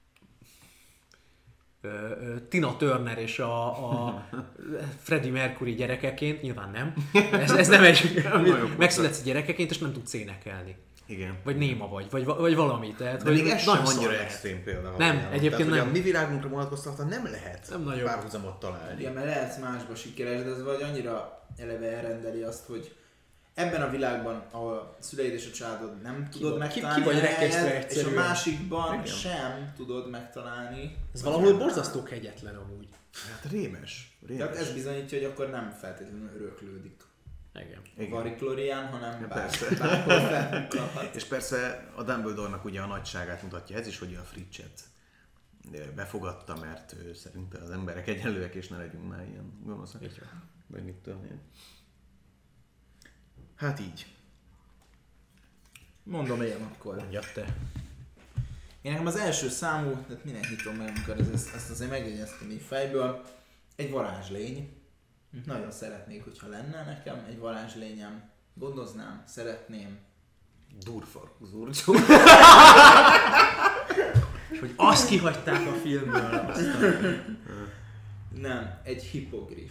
Tina Turner és a Freddie Mercury gyerekeként, nyilván nem. Ez nem egy... megszületsz a gyerekeként és nem tudsz énekelni. Igen. Vagy néma vagy valami. Tehát, de még ez sem annyira extrém példa. Nem, egyébként nem. A mi világunkra vonatkoztatva nem lehet párhuzamot találni. Igen, mert lehetsz másba sikeres, de ez vagy annyira eleve elrendeli azt, hogy ebben a világban, ahol szüleid és a családod nem tudod megtalálni, ki vagy rekesztve és a másikban sem tudod megtalálni. Ez valahol borzasztó kegyetlen amúgy. Hát rémes. Tehát ez bizonyítja, hogy akkor nem feltétlenül öröklődik. Igen. Variklórián, hanem bárhol. És persze a Dumbledore-nak ugye a nagyságát mutatja ez is, hogy a Fritchet befogadta, mert ő szerinte az emberek egyenlőek, és ne legyünk már ilyen gonoszak. Vagy mit tudom én. Hát így. Mondom én akkor. Mondjad te. Én nekem az első számú, tehát minek nyitom meg, amikor ezt azért megjegyeztem így fejből, egy varázslény. Nagyon szeretnék, hogyha lenne nekem egy varázslényem. Gondoznám, szeretném. Durfarkuzur. És hogy azt kihagyták a filmből. Nem, egy hippogriff.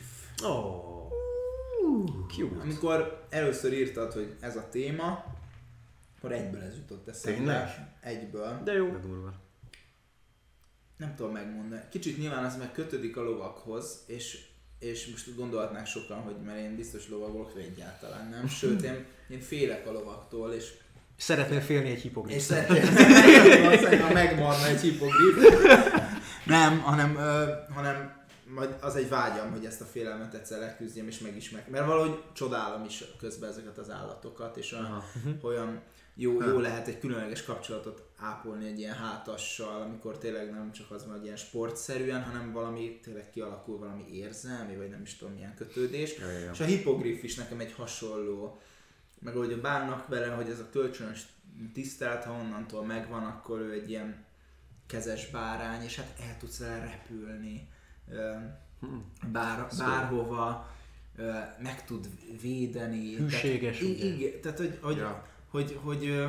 Cute. Amikor először írtad, hogy ez a téma, akkor egyből ez jutott eszembe. Tényleg? Egyből. De jó. De durva. Nem tudom megmondani. Kicsit nyilván az meg kötődik a lovakhoz, és most gondolhatnák sokan, hogy mert én biztos lovagolok, hogy egyáltalán nem. Sőt, én félek a lovaktól, és szeretnél félni egy hippogriff. És szeretnél megmarna egy hippogriff. Nem, hanem majd az egy vágyam, hogy ezt a félelmet egyszer leküzdjem és megismerjem. Mert valahogy csodálom is közben ezeket az állatokat, és olyan jó lehet egy különleges kapcsolatot ápolni egy ilyen hátassal, amikor tényleg nem csak az van, ilyen sportszerűen, hanem valami tényleg kialakul valami érzelmi, vagy nem is tudom milyen kötődés. Ja. És a hippogriff is nekem egy hasonló, meg ahogy bánnak vele, hogy ez a kölcsönös tisztelet, ha onnantól megvan, akkor ő egy ilyen kezes bárány, és hát el tudsz vele repülni bárhova, meg tud védeni. Hűséges. Tehát hogy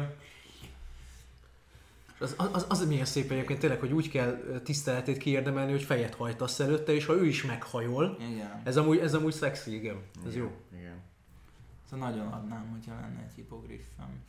az milyen szép egyébként tényleg, hogy úgy kell tiszteletét kiérdemelni, hogy fejet hajtasz előtte, és ha ő is meghajol, igen. Ez amúgy szexi, igen. Ez igen. jó. Igen. Szóval nagyon adnám, hogyha lenne egy hippogriffem.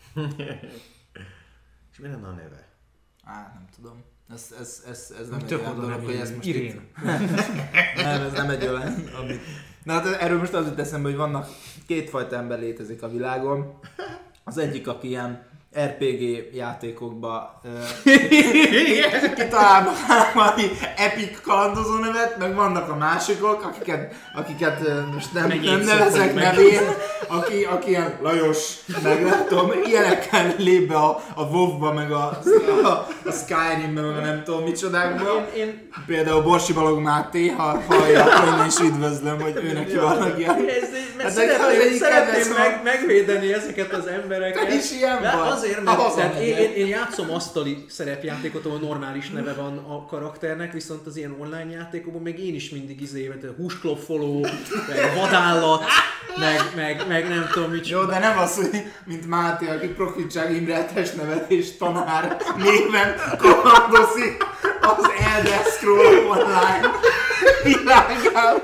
És mi lenne a neve? Nem tudom. Ez nem egy olyan dolog, hogy ez most Irén. Nem, ez nem egy olyan, amit... Na hát erről most az jut eszembe, hogy vannak kétfajta ember létezik a világon. Az egyik, aki ilyen RPG játékokba kitalál valami epic kalandozó nevet, meg vannak a másikok, akiket most nem nevezek nevén, aki ilyen Lajos, meg nem tudom, ilyenekkel lép be a WoW-ba, meg a Skyrim-be, meg a nem tudom micsodákba. Például Borsi Balog Máté, ha hallja, akkor én is üdvözlöm, hogy őnek vannak ilyen. Szeretném megvédeni ezeket az embereket. Te is ilyen vagy. Azért, mert én játszom asztali szerepjátékot, ahol normális neve van a karakternek, viszont az ilyen online játékokban még én is mindig húsklopfoló, meg vadállat, meg nem tudom mit. Jó, de nem az, hogy mint Máté, aki Profitság Imre testnevelés tanár néven kalandozik az Elder Scrolls Online világában.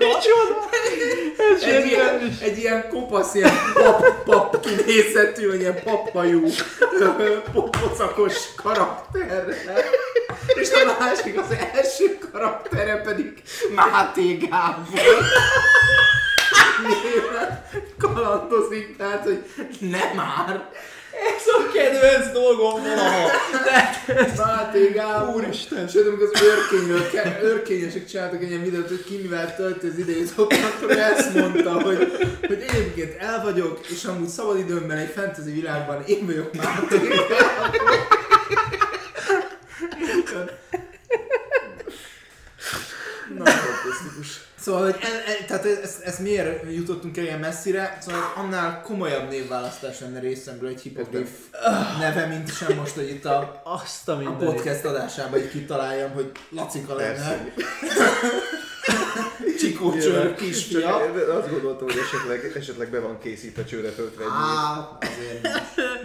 Egy ilyen kopasz, ilyen pap kinészetű, vagy ilyen paphajú, pocakos karakterrel. És a másik, az első karaktere pedig Máté Gábor. kalandozik, tehát hogy nem már. Ez a kedvenc dolgom valaha. Máté Gábor. Úristen. Sőt, amikor az őrkényesek csináltak egy ilyen videót, hogy ki mivel tölti az idejét, akkor ezt mondta, hogy egyébként el vagyok, és amúgy szabadidőmben egy fantasy világban én vagyok Máté Gábor. Na, fantasztikus. Szóval, hogy tehát ezt miért jutottunk el ilyen messzire? Szóval annál komolyabb névválasztás lenne részemről egy hipogriff neve, mint sem most, hogy itt a podcast adásában így kitaláljam, hogy Lacika lenne. Csikó Csőr kisfia. Azt gondoltam, hogy esetleg be van készítve csőre töltve egy azért nem.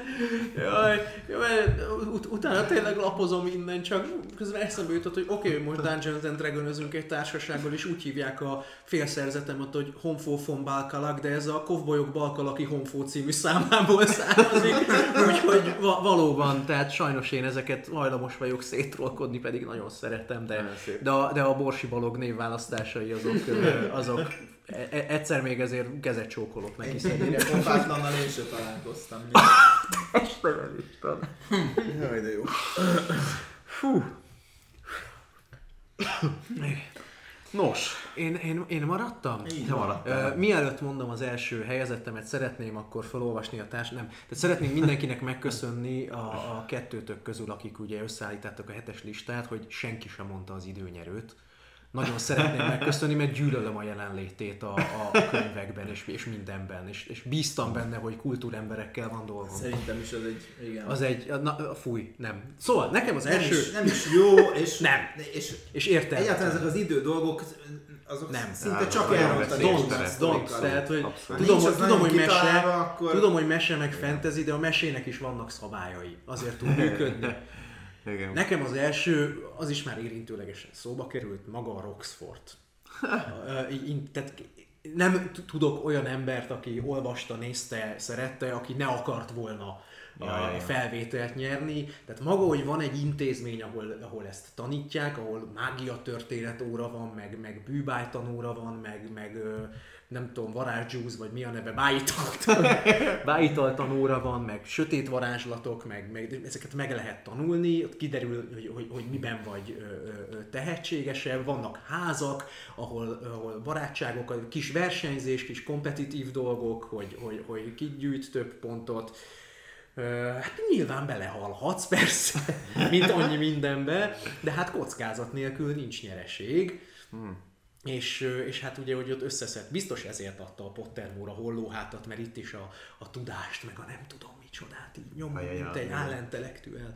Jaj, utána tényleg lapozom innen, csak közben eszembe jutott, hogy oké, most Dungeons and Dragonözünk egy társasággal, és úgy hívják a félszerzetemet, hogy Honfo von Balkalak, de ez a Kovbolyok Balkalaki Honfo című számából származik, úgyhogy valóban, tehát sajnos én ezeket hajlamos vagyok szétrolkodni, pedig nagyon szeretem, de a Borsi Balog névválasztásai azok egyszer még ezért kezet csókolok neki szerintem. Ennyire pofátlannal én sem találkoztam. Jaj, de jó. Fú. Nos, én maradtam? Te maradtál. Mielőtt mondom az első helyezettemet, szeretném akkor felolvasni tehát szeretném mindenkinek megköszönni a kettőtök közül, akik ugye összeállítottak a 7-es listát, hogy senki sem mondta az időnyerőt. Nagyon szeretném megköszönni, mert gyűlölöm a jelenlétét a könyvekben és mindenben, és bíztam benne, hogy kultúremberekkel van dolgom. Szerintem is igen. Az egy, fúj, nem. Szóval nekem az első... Nem is jó, és... Nem. És értem. Egyáltalán ezek az idő dolgok, azok nem. Szinte csak elrontani. Tehát, hogy tudom, hogy mese meg fantasy, de a mesének is vannak szabályai. Azért tud működni. Igen. Nekem az első, az is már érintőlegesen szóba került, maga a Roxford. Tehát nem tudok olyan embert, aki olvasta, nézte, szerette, aki ne akart volna a felvételt nyerni. Tehát maga, hogy van egy intézmény, ahol ezt tanítják, ahol mágia történet óra van, meg bűbájtanóra van, meg nem tudom, varázsjúz, vagy mi a neve, bájitaltanóra van, meg sötét varázslatok, meg ezeket meg lehet tanulni, ott kiderül, hogy miben vagy tehetségesebb, vannak házak, ahol barátságok, kis versenyzés, kis kompetitív dolgok, hogy ki gyűjt több pontot. Hát nyilván belehalhatsz persze, mint annyi mindenbe, de hát kockázat nélkül nincs nyereség. És hát ugye, hogy ott összeszed, biztos ezért adta a Pottermore a hollóhátat, mert itt is a tudást, meg a nem tudom micsodát így nyom, mint egy állentellektuál.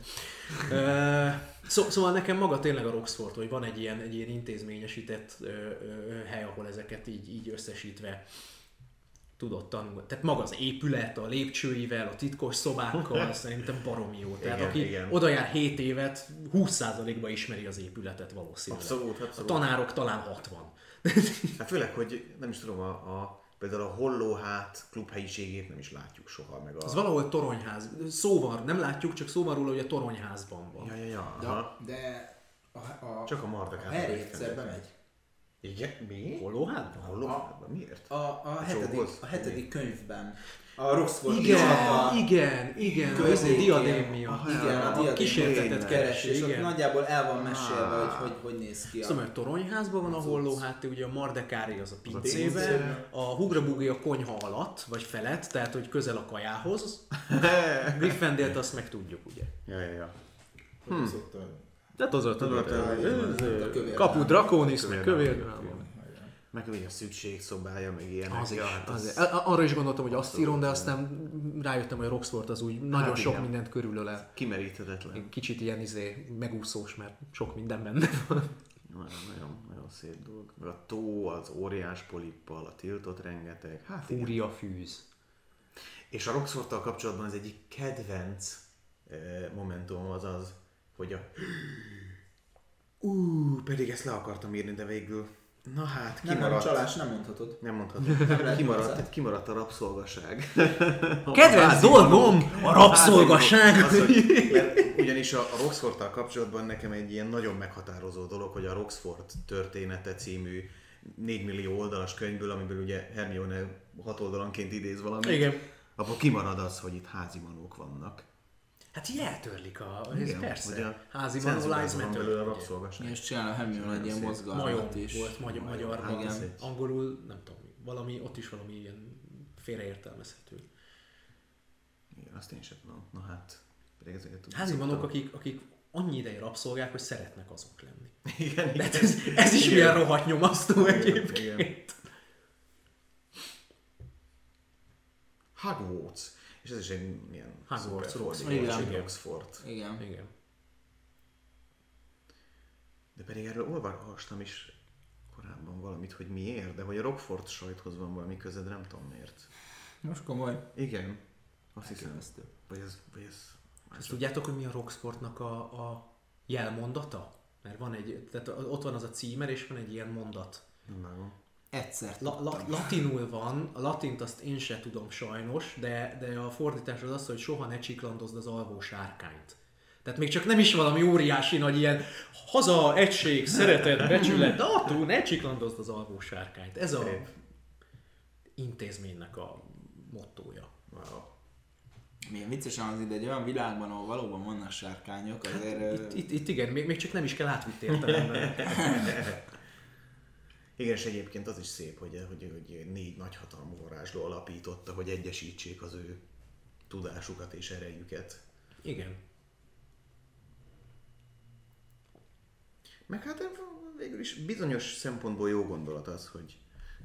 Szóval nekem maga tényleg a Roxford, hogy van egy ilyen intézményesített hely, ahol ezeket így összesítve tudott tanulni. Tehát maga az épület, a lépcsőivel, a titkos szobákkal, szerintem baromi jó. Tehát aki oda jár 7 évet, 20%-ban ismeri az épületet valószínűleg. Abszolút. A tanárok talán 60. Hát főleg, hogy nem is tudom, például a Hollóhát klubhelyiségét nem is látjuk soha. Meg az valahol toronyház. Szóval nem látjuk, csak szóval róla, hogy a toronyházban van. De csak a Mardekát. Harry egyszer bemegy. Igen? Mi? Hollóhátban? Hollóhátban? Miért? A hetedik könyvben. A Roxford. Igen, ez egy diadémia. Igen, a diadémia kísérletet keresés, és ott nagyjából el van mesélve, hogy néz ki. Szóval a toronyházban van a Hollóhát, ugye a Mardekári az a pincében, a Hugrabugi a konyha alatt, vagy felett, tehát hogy közel a kajához. Gryffindort azt meg tudjuk, ugye. Ja. Tehát az a kapu Draconis, meg kövér. Meg ugye a szükségszobája, meg ilyenek. Azért. Arra is gondoltam, hogy azt írom, de aztán rájöttem, hogy a Roxford az úgy nagyon sok mindent körülöle. Kimeríthetetlen. Kicsit ilyen megúszós, mert sok minden benne van. Nagyon szép dolog. Meg a tó, az óriás polippal, a tiltott rengeteg. Fúria fűz. És a Roxfordtal kapcsolatban az egyik kedvenc momentum az, hogy pedig ezt le akartam írni, de végül na hát, kimaradt. Nem csalás, nem mondhatod. Nem mondhatod. Kimaradt a rabszolgaság. Kedvenc dolgom a rabszolgaság! Ugyanis a Roxfordtal kapcsolatban nekem egy ilyen nagyon meghatározó dolog, hogy a Roxford története című 4 millió oldalas könyvből, amiből ugye Hermione 6 oldalanként idéz valamit. Igen. Akkor kimarad az, hogy itt házi manók vannak. Hát így eltörlik Igen, persze. Házi manó lies matter. A rabszolgaság. És csinál a Hermione egy ilyen mozgalmat is. Volt magyarban, igen. Angolul, nem tudom, ott is valami ilyen félreértelmezhető. Igen, azt én sem tudom. Na hát, pedig ezeket tudom. Házi manók, akik annyi ideje rabszolgák, hogy szeretnek azok lenni. Igen, igen. De ez is milyen rohadt nyomasztó egyébként. Igen. Hogwarts. És ez is egy milyen Hogwarts, Oxford. Igen. De pedig erről olvastam is korábban valamit, hogy miért, de hogy a Rockford sajthoz van valami közed, nem tudom miért. Most komoly. Igen. Azt hiszem. Vagy ez Ezt tudjátok, hogy mi a Rocksportnak a jelmondata? Mert van tehát ott van az a címer, és van egy ilyen mondat. Nem. Egyszer latinul van, a latint azt én se tudom sajnos, de a fordítás az az, hogy soha ne csiklandozd az alvó sárkányt. Tehát még csak nem is valami óriási nagy ilyen haza, egység, szeretet, becsület, de attól ne csiklandozd az alvó sárkányt. Ez a intézménynek a mottója. Wow. Milyen viccesen az ide, egy olyan világban, ahol valóban vannak sárkányok, azért... Itt igen, még csak nem is kell átvitt értelemben. Igen, és egyébként az is szép, hogy 4 nagyhatalmú varázsló alapította, hogy egyesítsék az ő tudásukat és erejüket. Igen. Meg hát végül is bizonyos szempontból jó gondolat az, hogy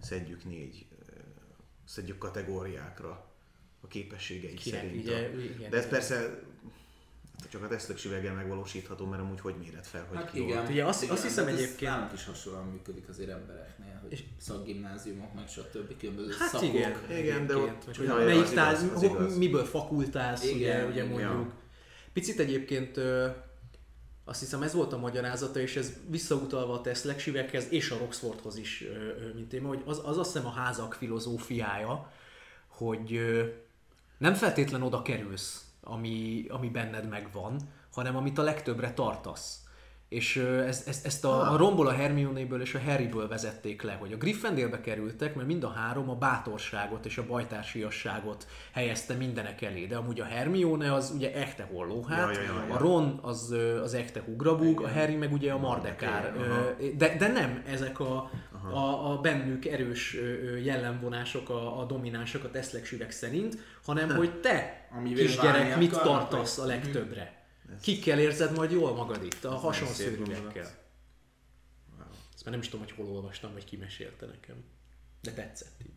szedjük kategóriákra a képességeink szerint. Igen. De ez persze csak a tesztlökséggel megvalósítható, mert amúgy hogy méred fel, hogy hát ki igen. Ugye azt hiszem egyébként... Nálunk is hasonlóan működik azért embereknél, hogy szakgimnáziumok, meg stb. Különböző hát szakok. Igen, de ott... Melyik miből fakultálsz, ugye mondjuk. Ja. Picit egyébként azt hiszem ez volt a magyarázata, és ez visszautalva a tesztlökségekhez és a Roxfordhoz is, mint téma, hogy az azt hiszem a házak filozófiája, hogy nem feltétlen oda kerülsz, ami benned megvan, hanem amit a legtöbbre tartasz. És ezt a romból a Hermione-ből és a Harryből vezették le, hogy a Gryffindorbe kerültek, mert mind a 3 a bátorságot és a bajtársiasságot helyezte mindenek elé. De amúgy a Hermione az ugye echte hollóhát, a Ron az echte hugrabug, a Harry meg ugye a mardekár. De nem ezek a bennük erős jellemvonások, a dominánsok a tesztlökségek szerint, hanem hogy te, kisgyerek, mit tartasz a legtöbbre. Kikkel érzed majd jól magad itt, a hasonszörűekkel. Wow. Ezt már nem is tudom, hogy hol olvastam, vagy ki mesélte nekem. De tetszett így.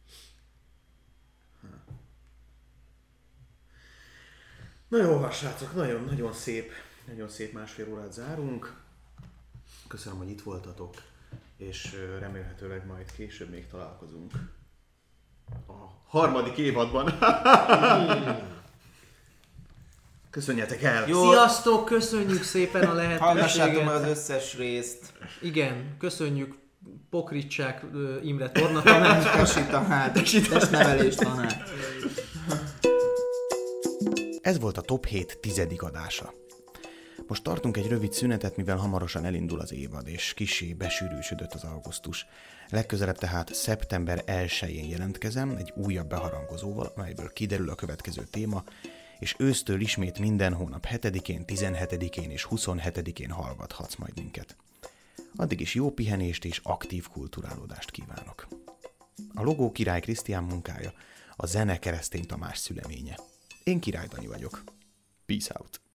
Na jó, srácok, nagyon szép másfél órát zárunk. Köszönöm, hogy itt voltatok, és remélhetőleg majd később még találkozunk a 3. évadban. Köszönjetek el! Jó. Sziasztok, köszönjük szépen a lehetőséget! Hallgassátok meg az összes részt! Igen, köszönjük Pokricsák Imre tornatanát, Tesi tanát, testnevelés tanát. Ez volt a Top 7 10. adása. Most tartunk egy rövid szünetet, mivel hamarosan elindul az évad, és kissé besűrűsödött az augusztus. Legközelebb tehát szeptember 1-én jelentkezem egy újabb beharangozóval, amelyből kiderül a következő téma, és ősztől ismét minden hónap 7-én, 17-én és 27-én hallgathatsz majd minket. Addig is jó pihenést és aktív kulturálódást kívánok. A logó Király Krisztián munkája, a zene Keresztény Tamás szüleménye. Én Király Dani vagyok. Peace out!